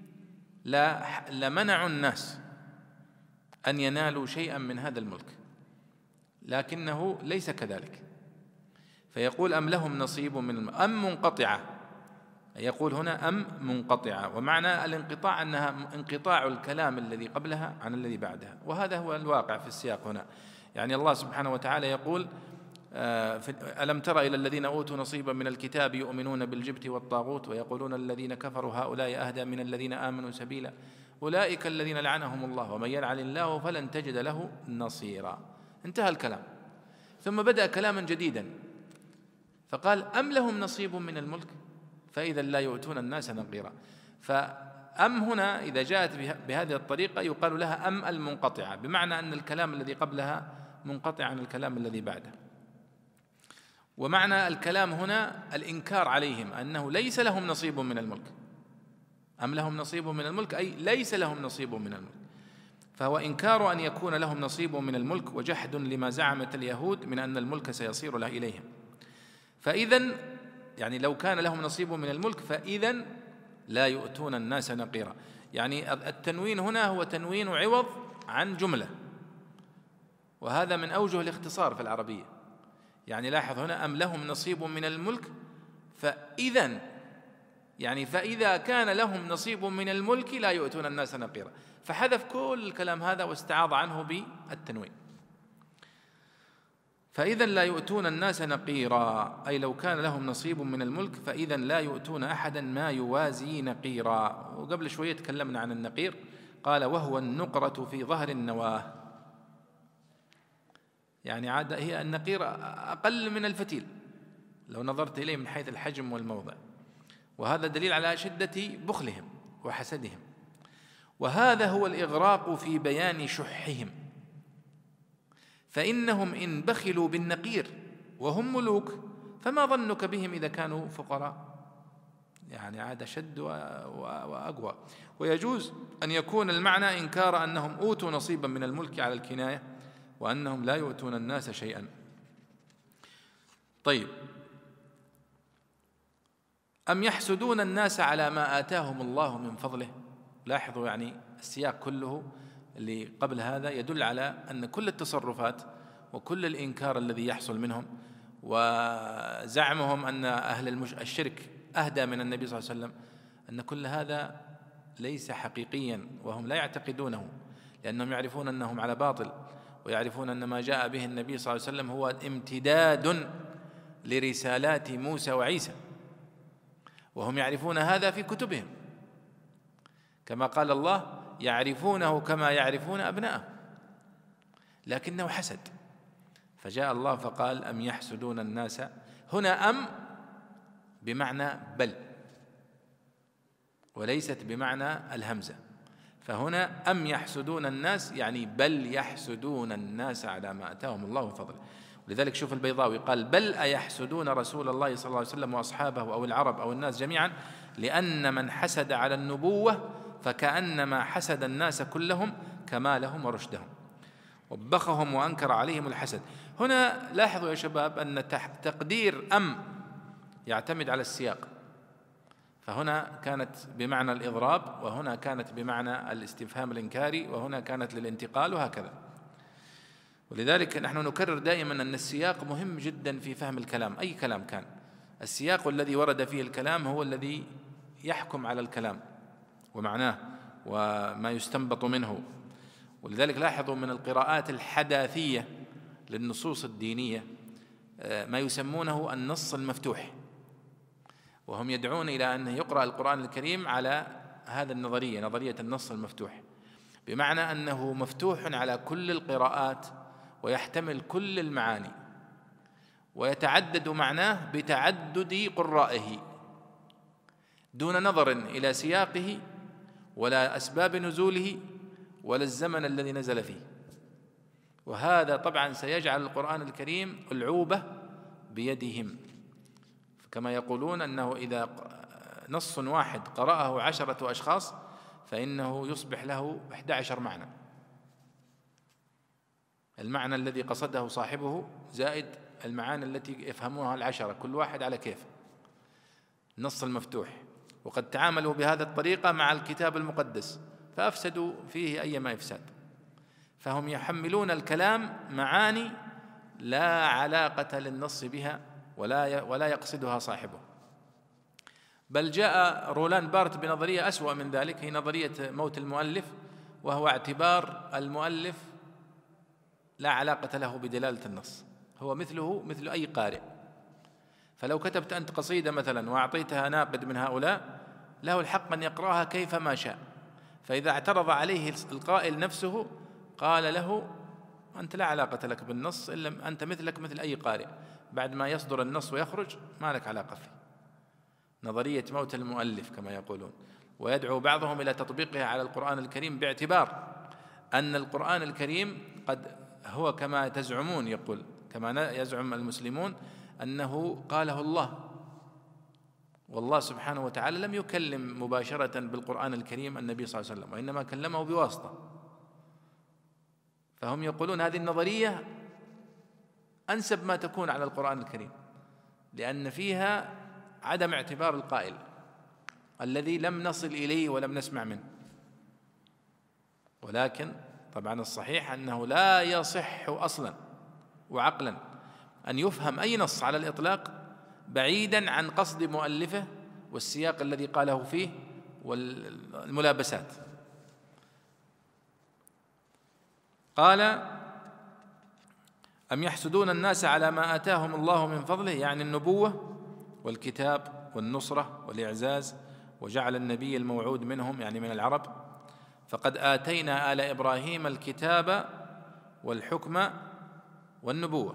لمنعوا الناس أن ينالوا شيئا من هذا الملك، لكنه ليس كذلك. فيقول: أم لهم نصيب من الملك أم منقطعة. يقول هنا أم منقطعة، ومعنى الانقطاع أنها انقطاع الكلام الذي قبلها عن الذي بعدها، وهذا هو الواقع في السياق هنا. يعني الله سبحانه وتعالى يقول: ألم تر إلى الذين أوتوا نصيبا من الكتاب يؤمنون بالجبت والطاغوت ويقولون الذين كفروا هؤلاء أهدى من الذين آمنوا سبيلا أولئك الذين لعنهم الله ومن يلعن الله فلن تجد له نصيرا. انتهى الكلام، ثم بدأ كلاما جديدا فقال: أم لهم نصيب من الملك فإذا لا يؤتون الناس نقيرا. أم هنا إذا جاءت بهذه الطريقة يقال لها أم المنقطعة، بمعنى أن الكلام الذي قبلها منقطع عن الكلام الذي بعده. ومعنى الكلام هنا الإنكار عليهم أنه ليس لهم نصيب من الملك. أم لهم نصيب من الملك أي ليس لهم نصيب من الملك، فهو إنكار أن يكون لهم نصيب من الملك، وجحد لما زعمت اليهود من أن الملك سيصير له إليهم. فإذن يعني لو كان لهم نصيب من الملك فإذن لا يؤتون الناس نقيرا. يعني التنوين هنا هو تنوين عوض عن جملة، وهذا من أوجه الاختصار في العربية. يعني لاحظ هنا أم لهم نصيب من الملك، فإذن يعني فإذا كان لهم نصيب من الملك لا يؤتون الناس نقيرا، فحذف كل الكلام هذا واستعاض عنه بالتنوين. فإذا لا يؤتون الناس نقيرا، أي لو كان لهم نصيب من الملك فإذا لا يؤتون أحدا ما يوازي نقيرا. وقبل شوية تكلمنا عن النقير، قال وهو النقرة في ظهر النواة، يعني عاد هي النقير أقل من الفتيل لو نظرت إليه من حيث الحجم والموضع، وهذا دليل على شدة بخلهم وحسدهم. وهذا هو الإغراق في بيان شحهم، فإنهم إن بخلوا بالنقير وهم ملوك فما ظنك بهم إذا كانوا فقراء؟ يعني عاد شد وأقوى. ويجوز أن يكون المعنى إنكار أنهم أوتوا نصيبا من الملك على الكناية، وأنهم لا يؤتون الناس شيئا. طيب، أم يحسدون الناس على ما آتاهم الله من فضله؟ لاحظوا يعني السياق كله اللي قبل هذا يدل على أن كل التصرفات وكل الإنكار الذي يحصل منهم وزعمهم أن أهل الشرك أهدى من النبي صلى الله عليه وسلم، أن كل هذا ليس حقيقيا وهم لا يعتقدونه، لأنهم يعرفون أنهم على باطل، ويعرفون أن ما جاء به النبي صلى الله عليه وسلم هو امتداد لرسالات موسى وعيسى، وهم يعرفون هذا في كتبهم، كما قال الله يعرفونه كما يعرفون أبناءهم، لكنه حسد. فجاء الله فقال أم يحسدون الناس، هنا أم بمعنى بل وليست بمعنى الهمزة، فهنا أم يحسدون الناس يعني بل يحسدون الناس على ما أتاهم الله من فضله. ولذلك شوف البيضاوي قال بل أيحسدون رسول الله صلى الله عليه وسلم وأصحابه أو العرب أو الناس جميعا، لأن من حسد على النبوة فكأنما حسد الناس كلهم كمالهم ورشدهم، وبخهم وأنكر عليهم الحسد. هنا لاحظوا يا شباب أن تقدير أم يعتمد على السياق، فهنا كانت بمعنى الإضراب، وهنا كانت بمعنى الاستفهام الإنكاري، وهنا كانت للانتقال، وهكذا. ولذلك نحن نكرر دائما أن السياق مهم جدا في فهم الكلام، أي كلام كان. السياق الذي ورد فيه الكلام هو الذي يحكم على الكلام ومعناه وما يستنبط منه. ولذلك لاحظوا من القراءات الحداثية للنصوص الدينية ما يسمونه النص المفتوح، وهم يدعون إلى أن يقرأ القرآن الكريم على هذا النظرية، نظرية النص المفتوح، بمعنى أنه مفتوح على كل القراءات ويحتمل كل المعاني، ويتعدد معناه بتعدد قرائه دون نظر إلى سياقه ولا أسباب نزوله ولا الزمن الذي نزل فيه. وهذا طبعا سيجعل القرآن الكريم ألعوبة بيدهم، كما يقولون أنه إذا نص واحد قرأه 10 أشخاص فإنه يصبح له 11 معنى، المعنى الذي قصده صاحبه زائد المعاني التي يفهمونها 10، كل واحد على كيف. النص المفتوح، وقد تعاملوا بهذه الطريقة مع الكتاب المقدس فأفسدوا فيه أيما إفساد، فهم يحملون الكلام معاني لا علاقة للنص بها ولا يقصدها صاحبه. بل جاء رولان بارت بنظرية أسوأ من ذلك، هي نظرية موت المؤلف، وهو اعتبار المؤلف لا علاقة له بدلالة النص، هو مثل أي قارئ. فلو كتبت أنت قصيدة مثلا وأعطيتها ناقد من هؤلاء له الحق أن يقرأها كيفما شاء، فإذا اعترض عليه القائل نفسه قال له أنت لا علاقة لك بالنص، إلا أنت مثلك مثل أي قارئ، بعد ما يصدر النص ويخرج ما لك علاقة فيه. نظرية موت المؤلف كما يقولون، ويدعو بعضهم إلى تطبيقها على القرآن الكريم باعتبار أن القرآن الكريم قد هو كما تزعمون، يقول كما يزعم المسلمون أنه قاله الله، والله سبحانه وتعالى لم يكلم مباشرة بالقرآن الكريم النبي صلى الله عليه وسلم، وإنما كلمه بواسطة. فهم يقولون هذه النظرية أنسب ما تكون على القرآن الكريم، لأن فيها عدم اعتبار القائل الذي لم نصل إليه ولم نسمع منه. ولكن طبعا الصحيح أنه لا يصح أصلا وعقلا أن يفهم أي نص على الإطلاق بعيدا عن قصد مؤلفه والسياق الذي قاله فيه والملابسات. قال: أم يحسدون الناس على ما آتاهم الله من فضله، يعني النبوة والكتاب والنصرة والإعزاز، وجعل النبي الموعود منهم يعني من العرب. فقد آتينا آل إبراهيم الكتاب والحكم والنبوة.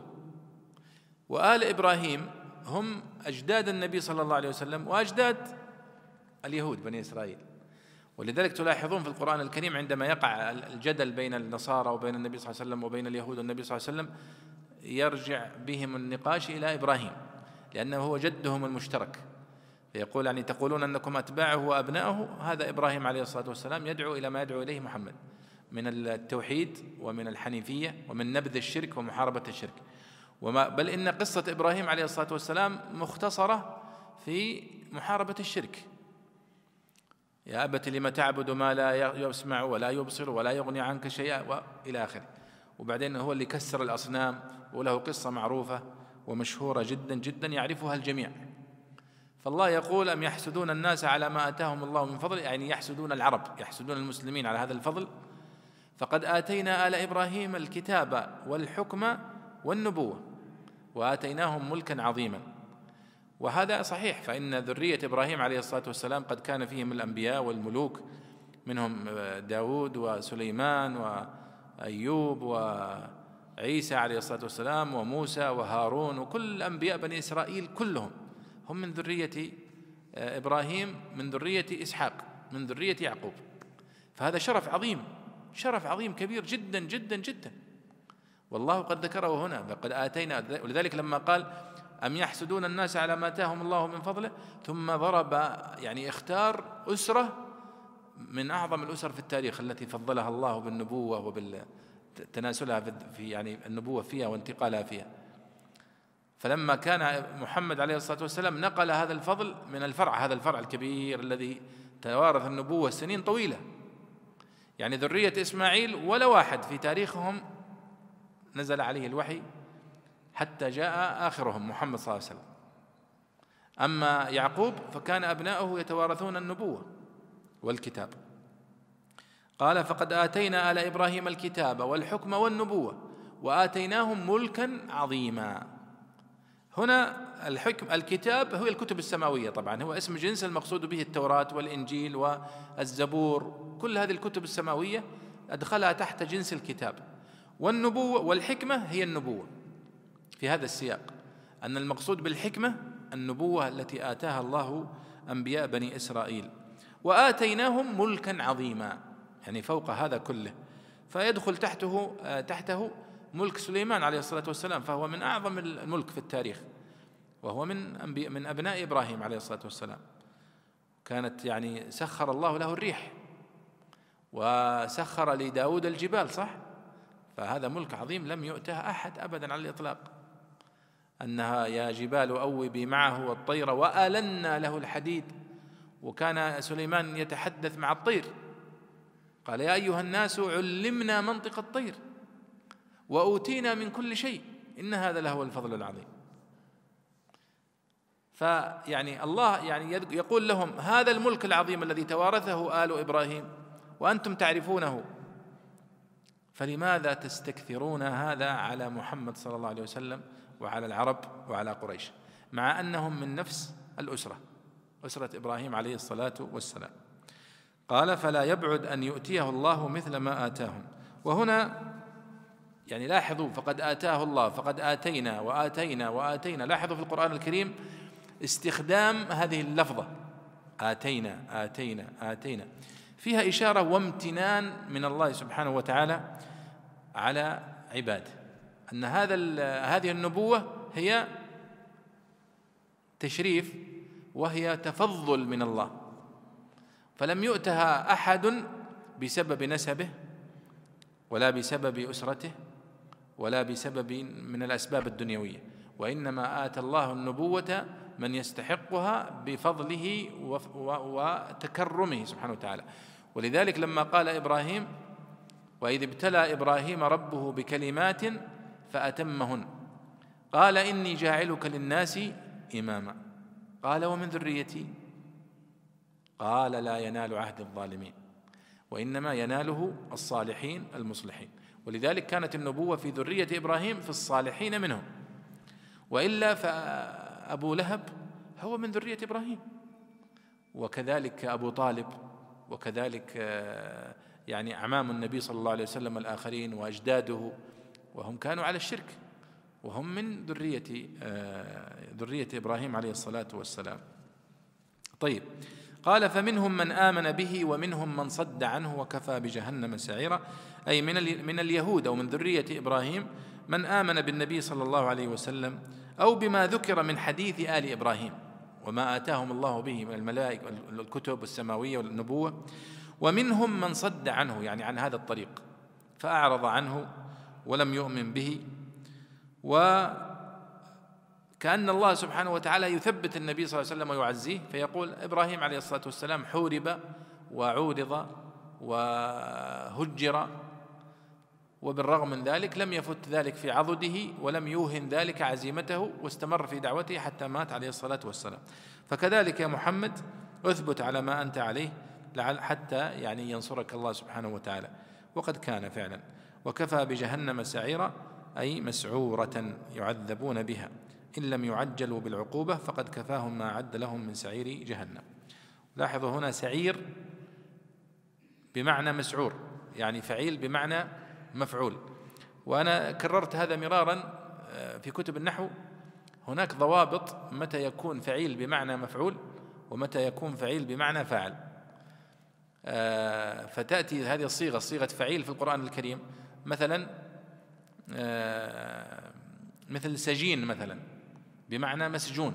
وآل إبراهيم هم أجداد النبي صلى الله عليه وسلم وأجداد اليهود بني إسرائيل. ولذلك تلاحظون في القرآن الكريم عندما يقع الجدل بين النصارى وبين النبي صلى الله عليه وسلم وبين اليهود والنبي صلى الله عليه وسلم يرجع بهم النقاش إلى إبراهيم، لأنه هو جدهم المشترك. فيقول يعني تقولون أنكم أتباعه وأبناؤه، هذا إبراهيم عليه الصلاة والسلام يدعو إلى ما يدعو إليه محمد من التوحيد ومن الحنيفية ومن نبذ الشرك ومحاربة الشرك. بل إن قصة إبراهيم عليه الصلاة والسلام مختصرة في محاربة الشرك. يا أبت لم تعبد ما لا يسمع ولا يبصر ولا يغني عنك شيئا وإلى آخره. وبعدين هو اللي كسر الأصنام، وله قصة معروفة ومشهورة جدا جدا يعرفها الجميع. فالله يقول: أم يحسدون الناس على ما آتاهم الله من فضل، يعني يحسدون العرب، يحسدون المسلمين على هذا الفضل. فقد آتينا آل إبراهيم الكتاب والحكم والنبوة وآتيناهم ملكا عظيما. وهذا صحيح، فإن ذرية إبراهيم عليه الصلاة والسلام قد كان فيهم الأنبياء والملوك، منهم داود وسليمان وأيوب وعيسى عليه الصلاة والسلام وموسى وهارون، وكل أنبياء بني إسرائيل كلهم هم من ذرية إبراهيم، من ذرية إسحاق، من ذرية يعقوب. فهذا شرف عظيم، شرف عظيم كبير جدا جدا جدا، والله قد ذكره هنا: فقد آتينا. ولذلك لما قال: أم يحسدون الناس على ما آتاهم الله من فضله، ثم ضرب يعني اختار أسرة من أعظم الأسر في التاريخ التي فضلها الله بالنبوة وبالتناسلها في يعني النبوة فيها وانتقالها فيها. فلما كان محمد عليه الصلاة والسلام نقل هذا الفضل من الفرع، هذا الفرع الكبير الذي توارث النبوة سنين طويلة، يعني ذرية إسماعيل ولا واحد في تاريخهم نزل عليه الوحي حتى جاء آخرهم محمد صلى الله عليه وسلم. أما يعقوب فكان أبناؤه يتوارثون النبوة والكتاب. قال: فقد آتينا آل إبراهيم الكتاب والحكم والنبوة وآتيناهم ملكا عظيما. هنا الكتاب هو الكتب السماوية، طبعا هو اسم جنس، المقصود به التوراة والإنجيل والزبور، كل هذه الكتب السماوية أدخلها تحت جنس الكتاب. والنبوة والحكمة هي النبوة في هذا السياق، أن المقصود بالحكمة النبوة التي آتاها الله أنبياء بني إسرائيل. وآتيناهم ملكا عظيما، يعني فوق هذا كله، فيدخل تحته ملك سليمان عليه الصلاة والسلام، فهو من أعظم الملك في التاريخ، وهو من أبناء إبراهيم عليه الصلاة والسلام. كانت يعني سخر الله له الريح وسخر لداود الجبال، صح؟ فهذا ملك عظيم لم يؤته أحد أبدا على الإطلاق. أنها يا جبال أوبي معه والطير وألنا له الحديد. وكان سليمان يتحدث مع الطير، قال: يا أيها الناس علمنا منطق الطير وأوتينا من كل شيء إن هذا لهو الفضل العظيم. فيعني الله يعني يقول لهم: هذا الملك العظيم الذي توارثه آل إبراهيم وأنتم تعرفونه، فلماذا تستكثرون هذا على محمد صلى الله عليه وسلم وعلى العرب وعلى قريش، مع أنهم من نفس الأسرة، أسرة إبراهيم عليه الصلاة والسلام. قال: فلا يبعد أن يؤتيه الله مثل ما آتاهم. وهنا يعني لاحظوا: فقد آتاه الله، فقد آتينا وآتينا وآتينا. لاحظوا في القرآن الكريم استخدام هذه اللفظة آتينا آتينا آتينا فيها إشارة وامتنان من الله سبحانه وتعالى على عباده، أن هذه النبوة هي تشريف وهي تفضل من الله، فلم يؤتها أحد بسبب نسبه ولا بسبب أسرته ولا بسبب من الأسباب الدنيوية، وإنما آتى الله النبوة من يستحقها بفضله وتكرمه سبحانه وتعالى. ولذلك لما قال إبراهيم: وإذ ابتلى إبراهيم ربه بكلمات فأتمهن قال إني جاعلك للناس إماما قال ومن ذريتي قال لا ينال عهد الظالمين وإنما يناله الصالحين المصلحين. ولذلك كانت النبوة في ذرية إبراهيم في الصالحين منهم، وإلا فأبو لهب هو من ذرية إبراهيم، وكذلك أبو طالب، وكذلك يعني أعمام النبي صلى الله عليه وسلم الآخرين وأجداده، وهم كانوا على الشرك وهم من ذرية إبراهيم عليه الصلاة والسلام. طيب، قال: فمنهم من آمن به ومنهم من صد عنه وكفى بجهنم سعيرا، أي من اليهود أو من ذرية إبراهيم من آمن بالنبي صلى الله عليه وسلم أو بما ذكر من حديث آل إبراهيم وما آتاهم الله به من الملائكة والكتب السماوية والنبوة، ومنهم من صد عنه يعني عن هذا الطريق فأعرض عنه ولم يؤمن به. وكأن الله سبحانه وتعالى يثبت النبي صلى الله عليه وسلم ويعزيه، فيقول: إبراهيم عليه الصلاة والسلام حورب وعورض وهجر، وبالرغم من ذلك لم يفت ذلك في عضده ولم يوهن ذلك عزيمته، واستمر في دعوته حتى مات عليه الصلاة والسلام. فكذلك يا محمد اثبت على ما أنت عليه حتى يعني ينصرك الله سبحانه وتعالى، وقد كان فعلا. وكفى بجهنم سعيرا أي مسعورة يعذبون بها، إن لم يعجلوا بالعقوبة فقد كفاهم ما أعد لهم من سعير جهنم. لاحظوا هنا سعير بمعنى مسعور، يعني فعيل بمعنى مفعول. وأنا كررت هذا مرارا في كتب النحو، هناك ضوابط متى يكون فعيل بمعنى مفعول ومتى يكون فعيل بمعنى فاعل. فتأتي هذه الصيغة صيغة فعيل في القرآن الكريم، مثلا مثل سجين مثلا بمعنى مسجون،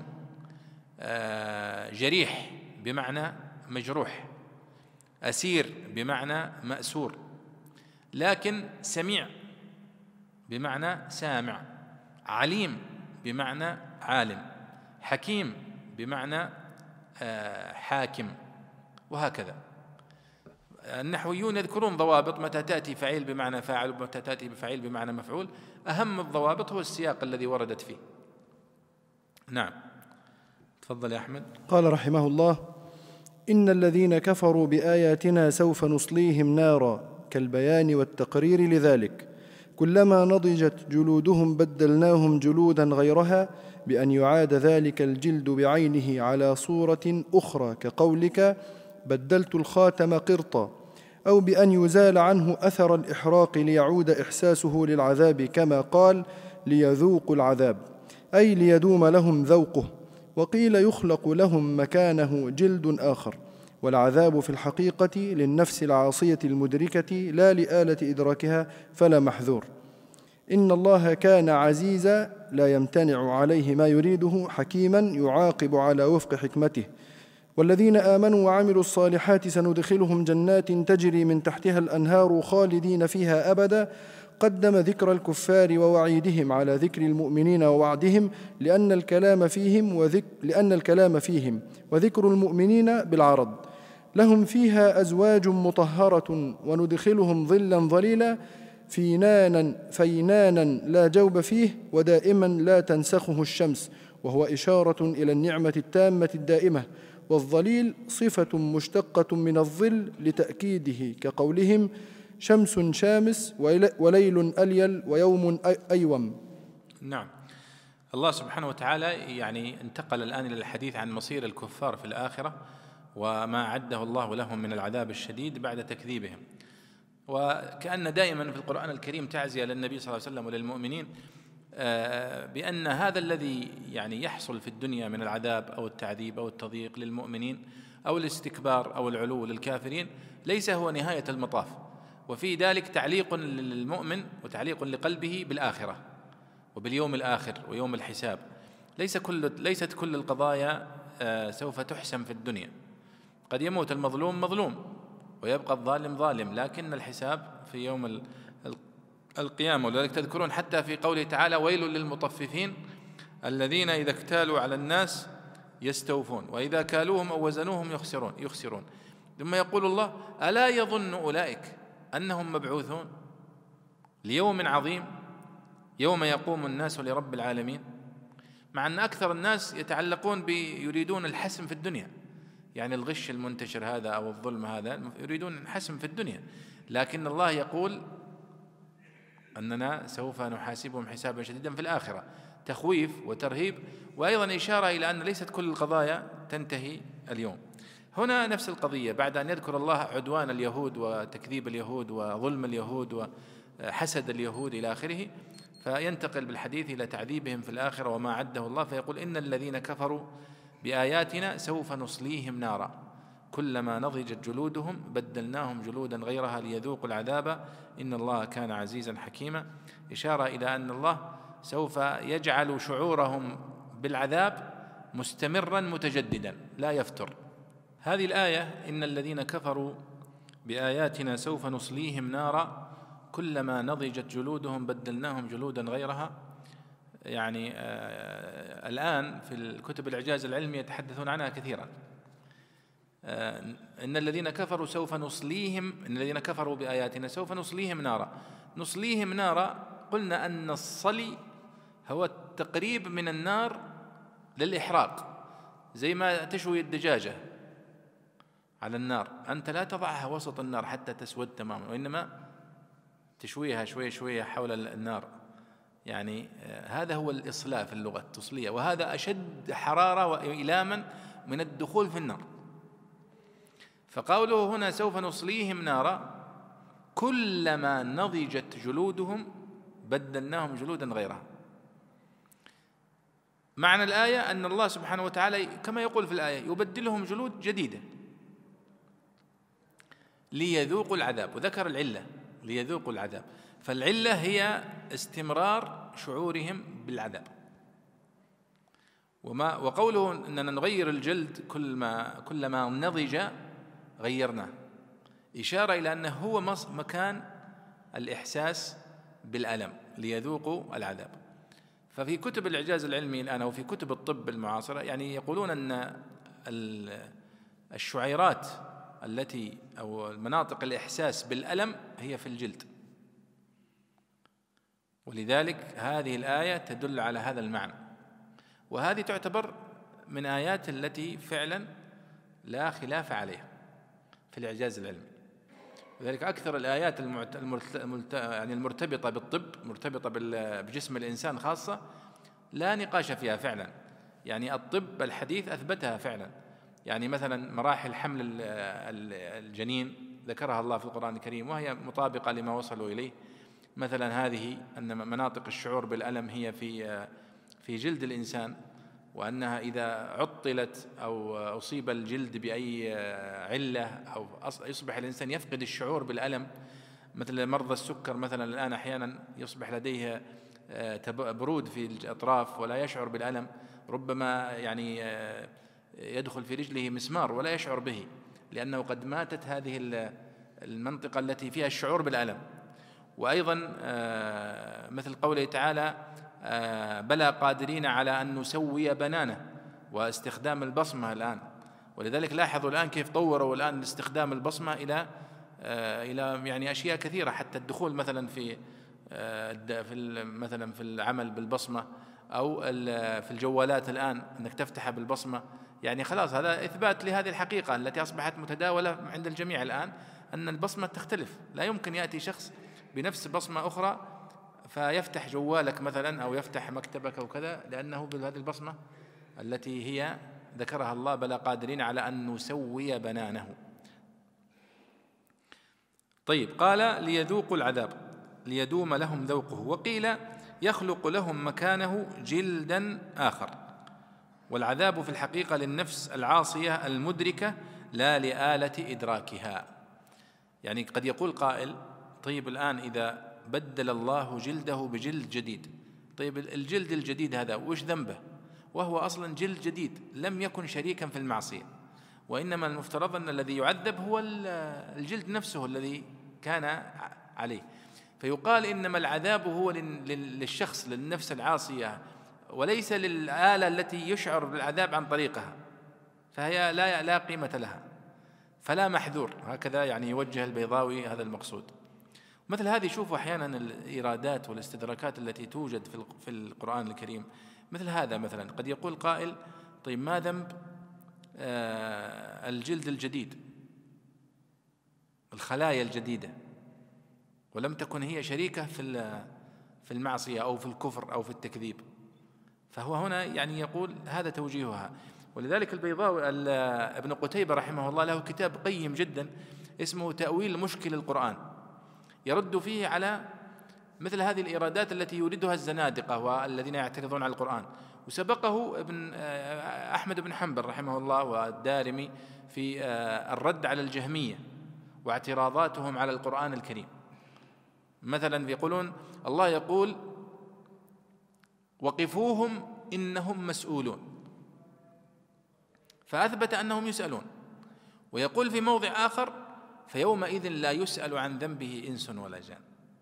جريح بمعنى مجروح، أسير بمعنى مأسور. لكن سميع بمعنى سامع، عليم بمعنى عالم، حكيم بمعنى حاكم، وهكذا. النحويون يذكرون ضوابط متى تأتي فعيل بمعنى فاعل ومتى تأتي بفعيل بمعنى مفعول. أهم الضوابط هو السياق الذي وردت فيه. نعم، تفضل يا أحمد. قال رحمه الله: إن الذين كفروا بآياتنا سوف نصليهم نارا، كالبيان والتقرير لذلك، كلما نضجت جلودهم بدلناهم جلودا غيرها، بأن يعاد ذلك الجلد بعينه على صورة أخرى، كقولك: بدلت الخاتم قرطا، أو بأن يزال عنه أثر الإحراق ليعود إحساسه للعذاب، كما قال: ليذوقوا العذاب، أي ليدوم لهم ذوقه. وقيل يخلق لهم مكانه جلد آخر، والعذاب في الحقيقة للنفس العاصية المدركة لا لآلة إدراكها، فلا محذور. إن الله كان عزيزا لا يمتنع عليه ما يريده، حكيما يعاقب على وفق حكمته. والذين آمنوا وعملوا الصالحات سندخلهم جنات تجري من تحتها الأنهار خالدين فيها أبدا. قدم ذكر الكفار ووعيدهم على ذكر المؤمنين ووعدهم، لأن الكلام فيهم وذكر المؤمنين بالعرض. لهم فيها أزواج مطهرة وندخلهم ظلا ظليلا، فينانا لا جوب فيه، ودائما لا تنسخه الشمس، وهو إشارة إلى النعمة التامة الدائمة. والظليل صفة مشتقة من الظل لتأكيده، كقولهم: شمس شامس وليل أليل ويوم أيوم. نعم، الله سبحانه وتعالى يعني انتقل الآن إلى الحديث عن مصير الكفار في الآخرة وما أعده الله لهم من العذاب الشديد بعد تكذيبهم. وكأن دائما في القرآن الكريم تعزية للنبي صلى الله عليه وسلم وللمؤمنين بأن هذا الذي يعني يحصل في الدنيا من العذاب أو التعذيب أو التضييق للمؤمنين أو الاستكبار أو العلو للكافرين ليس هو نهاية المطاف، وفي ذلك تعليق للمؤمن وتعليق لقلبه بالآخرة وباليوم الآخر ويوم الحساب. ليست كل القضايا سوف تحسم في الدنيا، قد يموت المظلوم مظلوم ويبقى الظالم ظالم، لكن الحساب في يوم القيامة. ولذلك تذكرون حتى في قوله تعالى: ويل للمطففين الذين إذا اكتالوا على الناس يستوفون وإذا كالوهم أو وزنوهم يخسرون. ثم يقول الله: ألا يظن أولئك أنهم مبعوثون ليوم عظيم يوم يقوم الناس لرب العالمين. مع أن أكثر الناس يتعلقون يريدون الحسم في الدنيا، يعني الغش المنتشر هذا أو الظلم هذا يريدون الحسم في الدنيا، لكن الله يقول أننا سوف نحاسبهم حسابا شديدا في الآخرة، تخويف وترهيب، وأيضا إشارة إلى أن ليست كل القضايا تنتهي اليوم. هنا نفس القضية، بعد أن يذكر الله عدوان اليهود وتكذيب اليهود وظلم اليهود وحسد اليهود إلى آخره، فينتقل بالحديث إلى تعذيبهم في الآخرة وما عده الله، فيقول: إن الذين كفروا بآياتنا سوف نصليهم نارا كلما نضجت جلودهم بدلناهم جلودا غيرها ليذوقوا العذاب إن الله كان عزيزا حكيما، إشارة إلى أن الله سوف يجعل شعورهم بالعذاب مستمرا متجددا لا يفتر. هذه الآية: إن الذين كفروا بآياتنا سوف نصليهم نارا كلما نضجت جلودهم بدلناهم جلودا غيرها، يعني الآن في الكتب الإعجاز العلمي يتحدثون عنها كثيرا. إن الذين كفروا سوف نصليهم، إن الذين كفروا بآياتنا سوف نصليهم نارا. نصليهم نارا، قلنا أن الصلي هو التقريب من النار للإحراق، زي ما تشوي الدجاجة على النار، أنت لا تضعها وسط النار حتى تسود تماما، وإنما تشويها شوية شوية حول النار، يعني هذا هو الإصلاء في اللغة، التصلية، وهذا أشد حرارة وإلاما من الدخول في النار. فقوله هنا سوف نصليهم نارا كلما نضجت جلودهم بدلناهم جلودا غيرها. معنى الآية أن الله سبحانه وتعالى كما يقول في الآية يبدلهم جلود جديدة ليذوقوا العذاب، وذكر العلة ليذوقوا العذاب، فالعلة هي استمرار شعورهم بالعذاب. وقوله أننا نغير الجلد كلما نضج غيرناه، إشارة إلى أنه هو مكان الإحساس بالألم ليذوقوا العذاب. ففي كتب الإعجاز العلمي الآن أو في كتب الطب المعاصرة يعني يقولون أن الشعيرات التي أو مناطق الإحساس بالألم هي في الجلد، ولذلك هذه الآية تدل على هذا المعنى، وهذه تعتبر من آيات التي فعلا لا خلاف عليها في الإعجاز العلمي. لذلك أكثر الآيات يعني المرتبطة بالطب، مرتبطة بجسم الإنسان خاصة، لا نقاش فيها فعلا، يعني الطب الحديث أثبتها فعلا. يعني مثلا مراحل حمل الجنين ذكرها الله في القرآن الكريم وهي مطابقة لما وصلوا إليه. مثلا هذه أن مناطق الشعور بالألم هي في جلد الإنسان، وأنها إذا عطلت أو أصيب الجلد بأي علة أو يصبح الإنسان يفقد الشعور بالألم، مثل مرضى السكر مثلا الآن أحيانا يصبح لديه برود في الأطراف ولا يشعر بالألم، ربما يعني يدخل في رجله مسمار ولا يشعر به، لأنه قد ماتت هذه المنطقة التي فيها الشعور بالألم. وأيضا مثل قوله تعالى بلى قادرين على أن نسوي بنانه، واستخدام البصمة الآن. ولذلك لاحظوا الآن كيف طوروا الآن استخدام البصمة إلى يعني أشياء كثيرة، حتى الدخول مثلا مثلا في العمل بالبصمة، أو في الجوالات الآن أنك تفتحها بالبصمة. يعني خلاص هذا إثبات لهذه الحقيقة التي أصبحت متداولة عند الجميع الآن، أن البصمة تختلف. لا يمكن يأتي شخص بنفس بصمة أخرى فيفتح جوالك مثلا أو يفتح مكتبك أو كذا، لأنه بهذه البصمة التي هي ذكرها الله بلى قادرين على أن نسوي بنانه. طيب، قال ليذوقوا العذاب ليدوم لهم ذوقه، وقيل يخلق لهم مكانه جلدا آخر. والعذاب في الحقيقة للنفس العاصية المدركة لا لآلة إدراكها. يعني قد يقول قائل: طيب الآن إذا بدل الله جلده بجلد جديد، طيب الجلد الجديد هذا وش ذنبه؟ وهو أصلا جلد جديد لم يكن شريكا في المعصية، وإنما المفترض أن الذي يعذب هو الجلد نفسه الذي كان عليه. فيقال إنما العذاب هو للشخص، للنفس العاصية، وليس للآلة التي يشعر بالعذاب عن طريقها، فهي لا قيمة لها، فلا محذور. هكذا يعني يوجه البيضاوي هذا المقصود. مثل هذه شوفوا أحيانا الإيرادات والاستدراكات التي توجد في القرآن الكريم. مثل هذا مثلا قد يقول قائل: طيب ما ذنب الجلد الجديد، الخلايا الجديدة، ولم تكن هي شريكة في المعصية أو في الكفر أو في التكذيب؟ فهو هنا يعني يقول هذا توجيهها. ولذلك البيضاوي ابن قتيبة رحمه الله له كتاب قيم جدا اسمه تأويل مشكل القرآن، يرد فيه على مثل هذه الإيرادات التي يوردها الزنادقة والذين يعترضون على القرآن. وسبقه أحمد بن حنبل رحمه الله والدارمي في الرد على الجهمية واعتراضاتهم على القرآن الكريم. مثلا يقولون الله يقول: وقفوهم إنهم مسؤولون، فأثبت أنهم يسألون. ويقول في موضع آخر: فيومئذ لا يسأل عن ذنبه إنس ولا جان.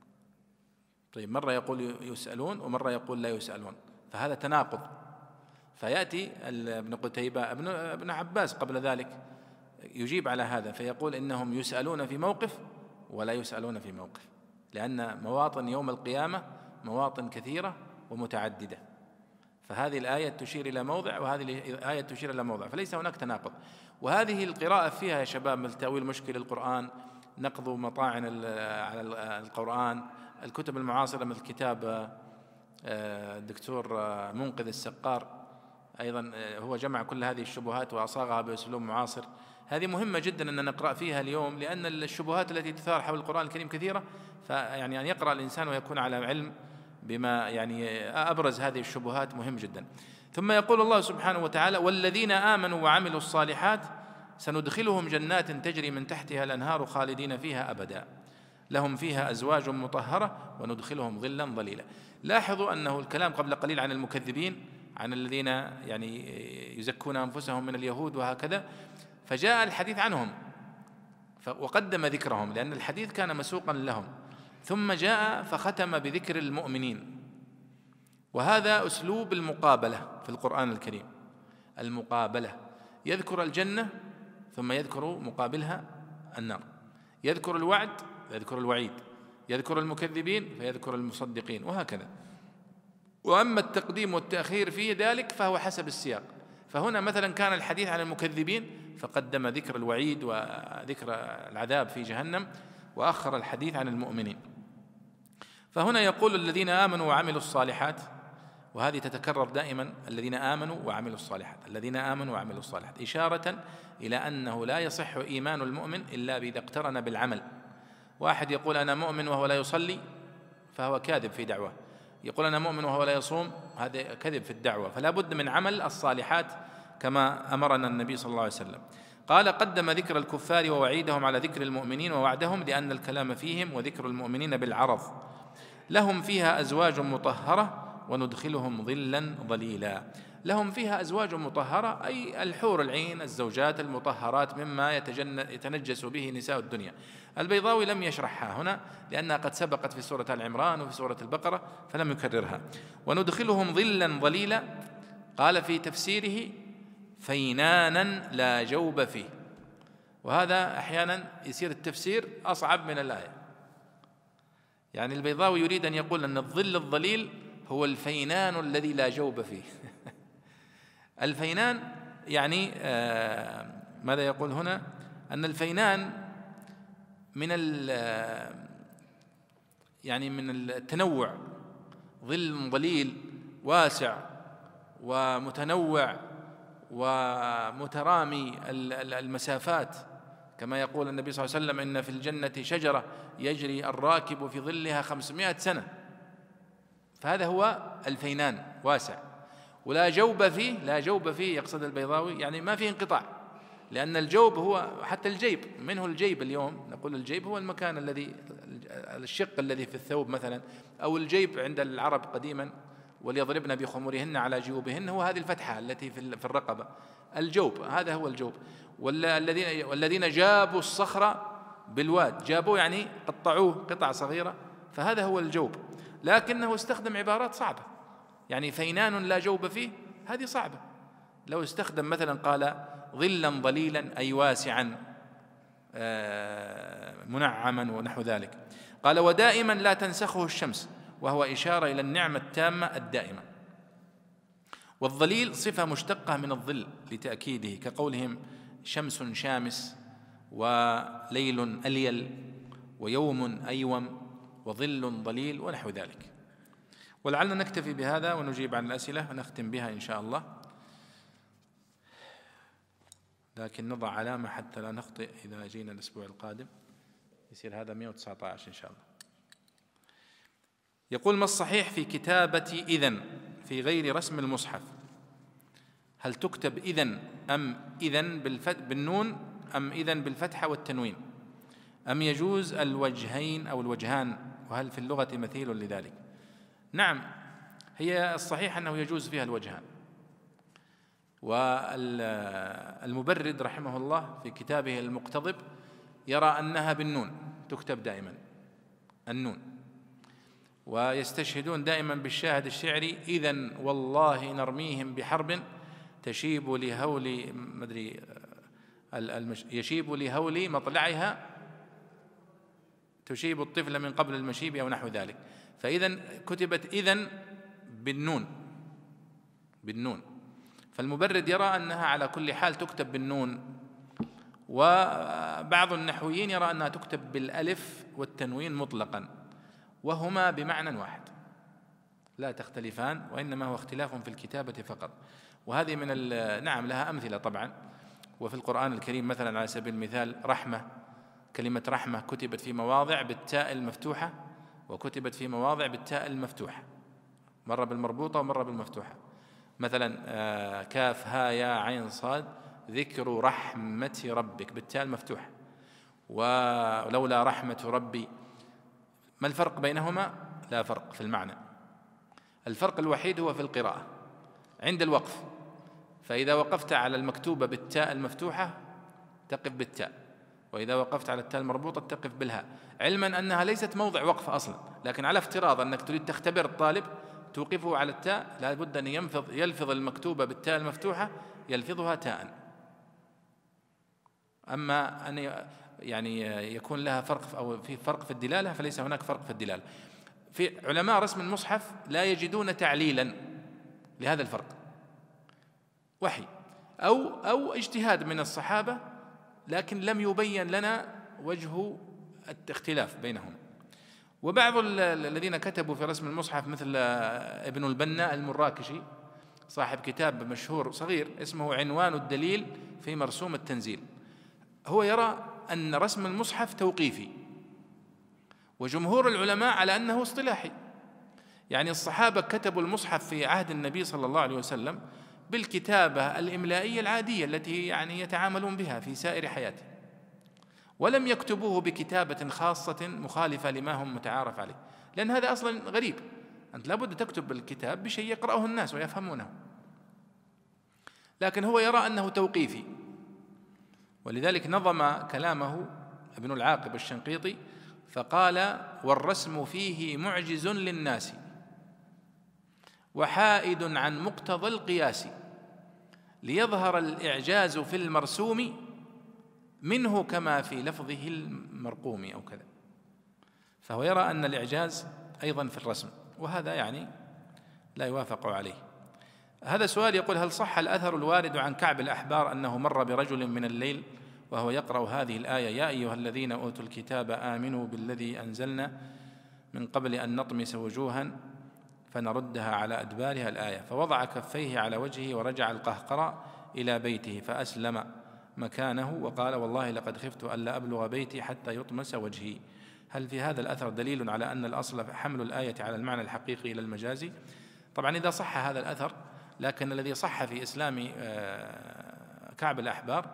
طيب مرة يقول يسألون ومرة يقول لا يسألون، فهذا تناقض. فيأتي ابن قتيبة ابن عباس قبل ذلك يجيب على هذا فيقول: إنهم يسألون في موقف ولا يسألون في موقف، لأن مواطن يوم القيامة مواطن كثيرة ومتعددة، فهذه الآية تشير إلى موضع وهذه الآية تشير إلى موضع، فليس هناك تناقض. وهذه القراءة فيها يا شباب مثل تأويل مشكل القرآن، نقض مطاعن على القرآن، الكتب المعاصرة مثل كتاب الدكتور منقذ السقار، أيضا هو جمع كل هذه الشبهات وأصاغها بأسلوب معاصر. هذه مهمة جدا أن نقرأ فيها اليوم، لأن الشبهات التي تثار حول القرآن الكريم كثيرة، فيعني أن يقرأ الإنسان ويكون على علم بما يعني أبرز هذه الشبهات مهم جدا. ثم يقول الله سبحانه وتعالى: والذين آمنوا وعملوا الصالحات سندخلهم جنات تجري من تحتها الأنهار خالدين فيها أبدا لهم فيها أزواج مطهرة وندخلهم ظلا ظليلا. لاحظوا أنه الكلام قبل قليل عن المكذبين، عن الذين يعني يزكون أنفسهم من اليهود وهكذا، فجاء الحديث عنهم وقدم ذكرهم لأن الحديث كان مسوقا لهم، ثم جاء فختم بذكر المؤمنين. وهذا أسلوب المقابلة في القرآن الكريم، المقابلة، يذكر الجنة ثم يذكر مقابلها النار، يذكر الوعد يذكر الوعيد، يذكر المكذبين فيذكر المصدقين، وهكذا. وأما التقديم والتأخير في ذلك فهو حسب السياق. فهنا مثلا كان الحديث عن المكذبين فقدم ذكر الوعيد وذكر العذاب في جهنم، وأخر الحديث عن المؤمنين. فهنا يقول: الذين آمنوا وعملوا الصالحات، وهذه تتكرر دائما: الذين آمنوا وعملوا الصالحات، الذين آمنوا وعملوا الصالحات، إشارة إلى أنه لا يصح إيمان المؤمن إلا إذا اقترن بالعمل. واحد يقول أنا مؤمن وهو لا يصلي فهو كاذب في دعوة، يقول أنا مؤمن وهو لا يصوم هذا كذب في الدعوة. فلا بد من عمل الصالحات كما أمرنا النبي صلى الله عليه وسلم. قال: قدم ذكر الكفار ووعيدهم على ذكر المؤمنين ووعدهم لأن الكلام فيهم، وذكر المؤمنين بالعرض. لهم فيها أزواج مطهرة وندخلهم ظلا ظليلا. لهم فيها أزواج مطهرة أي الحور العين، الزوجات المطهرات مما يتنجس به نساء الدنيا. البيضاوي لم يشرحها هنا لأنها قد سبقت في سورة آل عمران وفي سورة البقرة فلم يكررها. وندخلهم ظلا ظليلا قال في تفسيره: فينانا لا جوب فيه. وهذا أحيانا يصير التفسير أصعب من الآية. يعني البيضاوي يريد أن يقول أن الظل الظليل هو الفينان الذي لا جوب فيه. الفينان يعني ماذا يقول هنا؟ أن الفينان يعني من التنوع، ظل ظليل واسع ومتنوع ومترامي المسافات، كما يقول النبي صلى الله عليه وسلم: إن في الجنة شجرة يجري الراكب في ظلها 500 سنة. فهذا هو الفينان، واسع، ولا جوب فيه، لا جوب فيه يقصد البيضاوي، يعني ما فيه انقطاع، لأن الجوب هو حتى الجيب، منه الجيب اليوم نقول الجيب هو المكان الذي الشق الذي في الثوب مثلا، أو الجيب عند العرب قديما وليضربن بخمورهن على جيوبهن، هو هذه الفتحة التي في الرقبة، الجوب، هذا هو الجوب. والذين جابوا الصخر بالواد، جابوه يعني قطعوه قطع صغيرة، فهذا هو الجوب، لكنه استخدم عبارات صعبة، يعني فينان لا جوب فيه هذه صعبة. لو استخدم مثلا قال ظلا ظليلا أي واسعا منعما ونحو ذلك. قال ودائما لا تنسخه الشمس، وهو إشارة إلى النعمة التامة الدائمة. والظليل صفة مشتقة من الظل لتأكيده، كقولهم شمس شامس، وليل أليل، ويوم أيوم، وظل ظليل، ونحو ذلك. ولعلنا نكتفي بهذا ونجيب عن الأسئلة ونختم بها إن شاء الله، لكن نضع علامة حتى لا نخطئ إذا جينا الأسبوع القادم، يصير هذا 119 إن شاء الله. يقول: ما الصحيح في كتابة إذن في غير رسم المصحف؟ هل تكتب إذن أم إذن بالنون أم إذن بالفتحة والتنوين، أم يجوز الوجهين أو الوجهان، وهل في اللغة مثيل لذلك؟ نعم، هي الصحيح أنه يجوز فيها الوجهان. والمبرد رحمه الله في كتابه المقتضب يرى أنها بالنون، تكتب دائما النون، ويستشهدون دائما بالشاهد الشعري: إذن والله نرميهم بحرب تشيب لهول مدري يشيب لهول مطلعها تشيب الطفل من قبل المشيب أو نحو ذلك. فإذن كتبت إذن بالنون، فالمبرد يرى أنها على كل حال تكتب بالنون، وبعض النحويين يرى أنها تكتب بالألف والتنوين مطلقا، وهما بمعنى واحد لا تختلفان، وإنما هو اختلاف في الكتابة فقط. وهذه من نعم لها أمثلة طبعا، وفي القرآن الكريم مثلا على سبيل المثال رحمة، كلمة رحمة كتبت في مواضع بالتاء المفتوحة، وكتبت في مواضع بالتاء المفتوحة، مرة بالمربوطة ومرة بالمفتوحة. مثلا كاف ها يا عين صاد ذكر رحمة ربك بالتاء المفتوحة، ولولا رحمة ربي. ما الفرق بينهما؟ لا فرق في المعنى، الفرق الوحيد هو في القراءة عند الوقف، فإذا وقفت على المكتوبة بالتاء المفتوحة تقف بالتاء، وإذا وقفت على التاء المربوطة تقف بالهاء، علما أنها ليست موضع وقف أصلا، لكن على افتراض أنك تريد تختبر الطالب توقفه على التاء، لا بد أن يلفظ المكتوبة بالتاء المفتوحة يلفظها تاء. أما أن يعني يكون لها فرق أو في فرق في الدلالة، فليس هناك فرق في الدلالة. في علماء رسم المصحف لا يجدون تعليلا لهذا الفرق، وحي أو اجتهاد من الصحابة، لكن لم يبين لنا وجه الاختلاف بينهم. وبعض الذين كتبوا في رسم المصحف مثل ابن البنا المراكشي صاحب كتاب مشهور صغير اسمه عنوان الدليل في مرسوم التنزيل، هو يرى أن رسم المصحف توقيفي، وجمهور العلماء على أنه اصطلاحي. يعني الصحابة كتبوا المصحف في عهد النبي صلى الله عليه وسلم بالكتابة الإملائية العادية التي يعني يتعاملون بها في سائر حياته، ولم يكتبوه بكتابة خاصة مخالفة لما هم متعارف عليه، لأن هذا أصلا غريب، أنت لابد تكتب الكتاب بشيء يقرأه الناس ويفهمونه، لكن هو يرى أنه توقيفي، ولذلك نظم كلامه ابن العاقب الشنقيطي فقال: والرسم فيه معجز للناس وحائد عن مقتضى القياس، ليظهر الإعجاز في المرسوم منه كما في لفظه المرقوم أو كذا. فهو يرى أن الإعجاز أيضا في الرسم، وهذا يعني لا يوافق عليه. هذا سؤال يقول: هل صح الأثر الوارد عن كعب الأحبار أنه مر برجل من الليل وهو يقرأ هذه الآية: يا أيها الذين أوتوا الكتاب آمنوا بالذي أنزلنا من قبل أن نطمس وجوها فنردها على أدبارها الآية، فوضع كفيه على وجهه ورجع القهقرى إلى بيته فأسلم مكانه وقال: والله لقد خفت ألا أبلغ بيتي حتى يطمس وجهي. هل في هذا الأثر دليل على أن الأصل حمل الآية على المعنى الحقيقي إلى المجازي؟ طبعا إذا صح هذا الأثر، لكن الذي صح في إسلام كعب الأحبار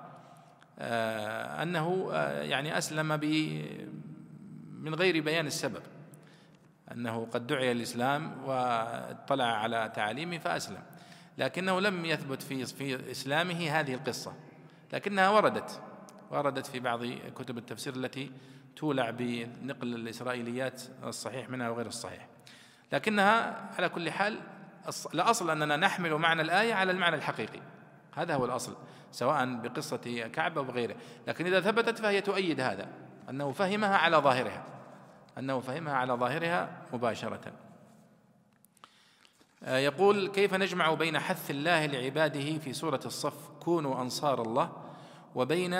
أنه يعني أسلم من غير بيان السبب، أنه قد دعي الإسلام واطلع على تعاليمه فأسلم، لكنه لم يثبت في إسلامه هذه القصة، لكنها وردت في بعض كتب التفسير التي تولع بنقل الإسرائيليات الصحيح منها وغير الصحيح. لكنها على كل حال الأصل أننا نحمل معنى الآية على المعنى الحقيقي، هذا هو الأصل، سواء بقصة كعب أو بغيره. لكن إذا ثبتت فهي تؤيد هذا، أنه فهمها على ظاهرها مباشرة. يقول: كيف نجمع بين حث الله لعباده في سورة الصف كونوا أنصار الله وبين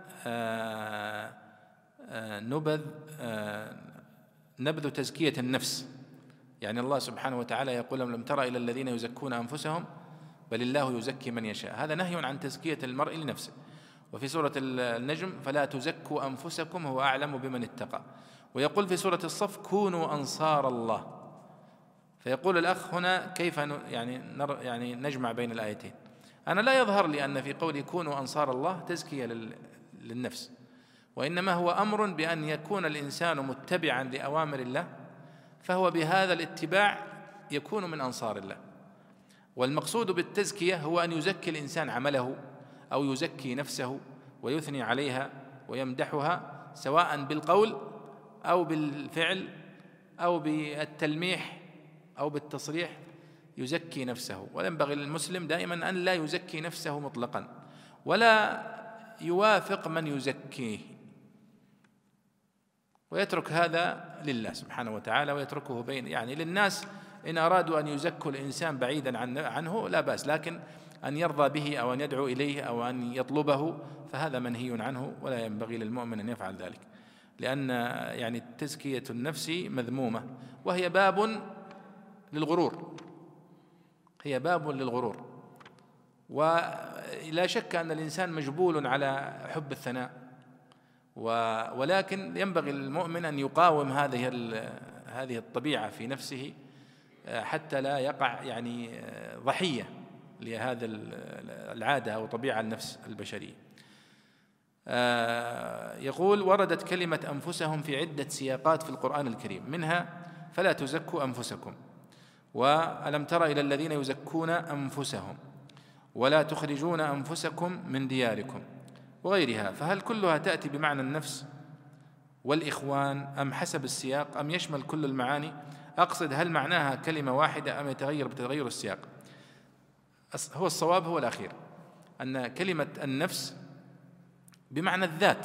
نبذ تزكية النفس؟ يعني الله سبحانه وتعالى يقول: لم تر إلى الذين يزكون أنفسهم بل الله يزكي من يشاء، هذا نهي عن تزكية المرء لنفسه. وفي سورة النجم: فلا تزكوا أنفسكم هو أعلم بمن اتقى. ويقول في سورة الصف: كونوا أنصار الله. فيقول الأخ هنا: كيف يعني نجمع بين الآيتين؟ أنا لا يظهر لي أن في قوله كونوا أنصار الله تزكية للنفس، وإنما هو أمر بأن يكون الإنسان متبعا لأوامر الله، فهو بهذا الاتباع يكون من أنصار الله. والمقصود بالتزكية هو أن يزكي الإنسان عمله أو يزكي نفسه ويثني عليها ويمدحها، سواء بالقول أو بالفعل أو بالتلميح أو بالتصريح، يزكي نفسه. وينبغي للمسلم دائما أن لا يزكي نفسه مطلقا ولا يوافق من يزكيه، ويترك هذا لله سبحانه وتعالى، ويتركه يعني للناس. إن أرادوا أن يزكوا الإنسان بعيدا عنه لا بأس، لكن أن يرضى به أو أن يدعو إليه أو أن يطلبه فهذا منهي عنه، ولا ينبغي للمؤمن أن يفعل ذلك، لأن يعني تزكية النفس مذمومة، وهي باب للغرور. ولا شك أن الإنسان مجبول على حب الثناء، ولكن ينبغي للمؤمن أن يقاوم هذه الطبيعة في نفسه حتى لا يقع يعني ضحية لهذا العادة أو طبيعة النفس البشرية. يقول: وردت كلمة أنفسهم في عدة سياقات في القرآن الكريم، منها فلا تزكوا أنفسكم، وألم تر إلى الذين يزكون أنفسهم، ولا تخرجون أنفسكم من دياركم، وغيرها. فهل كلها تأتي بمعنى النفس والإخوان أم حسب السياق أم يشمل كل المعاني؟ أقصد هل معناها كلمة واحدة أم يتغير بتغير السياق؟ هو الصواب هو الأخير، أن كلمة النفس بمعنى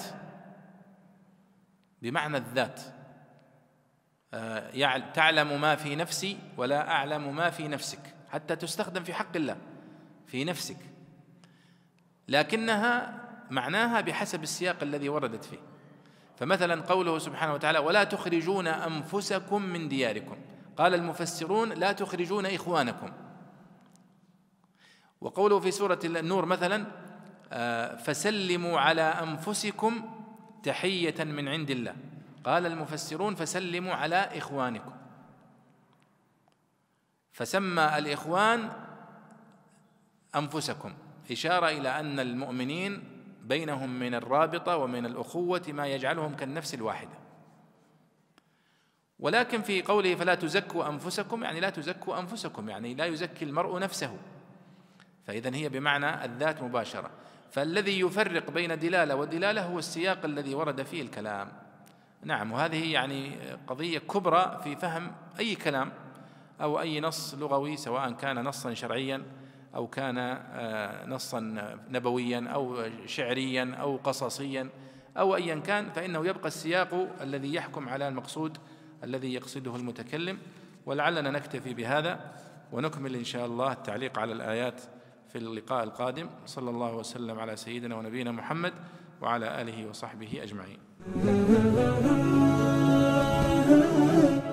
الذات، تعلم ما في نفسي ولا أعلم ما في نفسك، حتى تستخدم في حق الله في نفسك، لكنها معناها بحسب السياق الذي وردت فيه. فمثلا قوله سبحانه وتعالى: ولا تخرجون أنفسكم من دياركم، قال المفسرون: لا تخرجون إخوانكم. وقوله في سورة النور مثلا: فسلموا على أنفسكم تحية من عند الله، قال المفسرون: فسلموا على إخوانكم. فسمى الإخوان أنفسكم، إشارة إلى أن المؤمنين بينهم من الرابطة ومن الأخوة ما يجعلهم كالنفس الواحدة. ولكن في قوله فلا تزكوا أنفسكم، يعني لا تزكوا أنفسكم، يعني لا يزكي المرء نفسه، فإذن هي بمعنى الذات مباشرة. فالذي يفرق بين دلالة ودلالة هو السياق الذي ورد فيه الكلام. نعم، وهذه يعني قضية كبرى في فهم أي كلام أو أي نص لغوي، سواء كان نصا شرعيا أو كان نصا نبويا أو شعريا أو قصصيا أو أيا كان، فإنه يبقى السياق الذي يحكم على المقصود الذي يقصده المتكلم. ولعلنا نكتفي بهذا ونكمل إن شاء الله التعليق على الآيات في اللقاء القادم. صلى الله وسلم على سيدنا ونبينا محمد وعلى آله وصحبه أجمعين.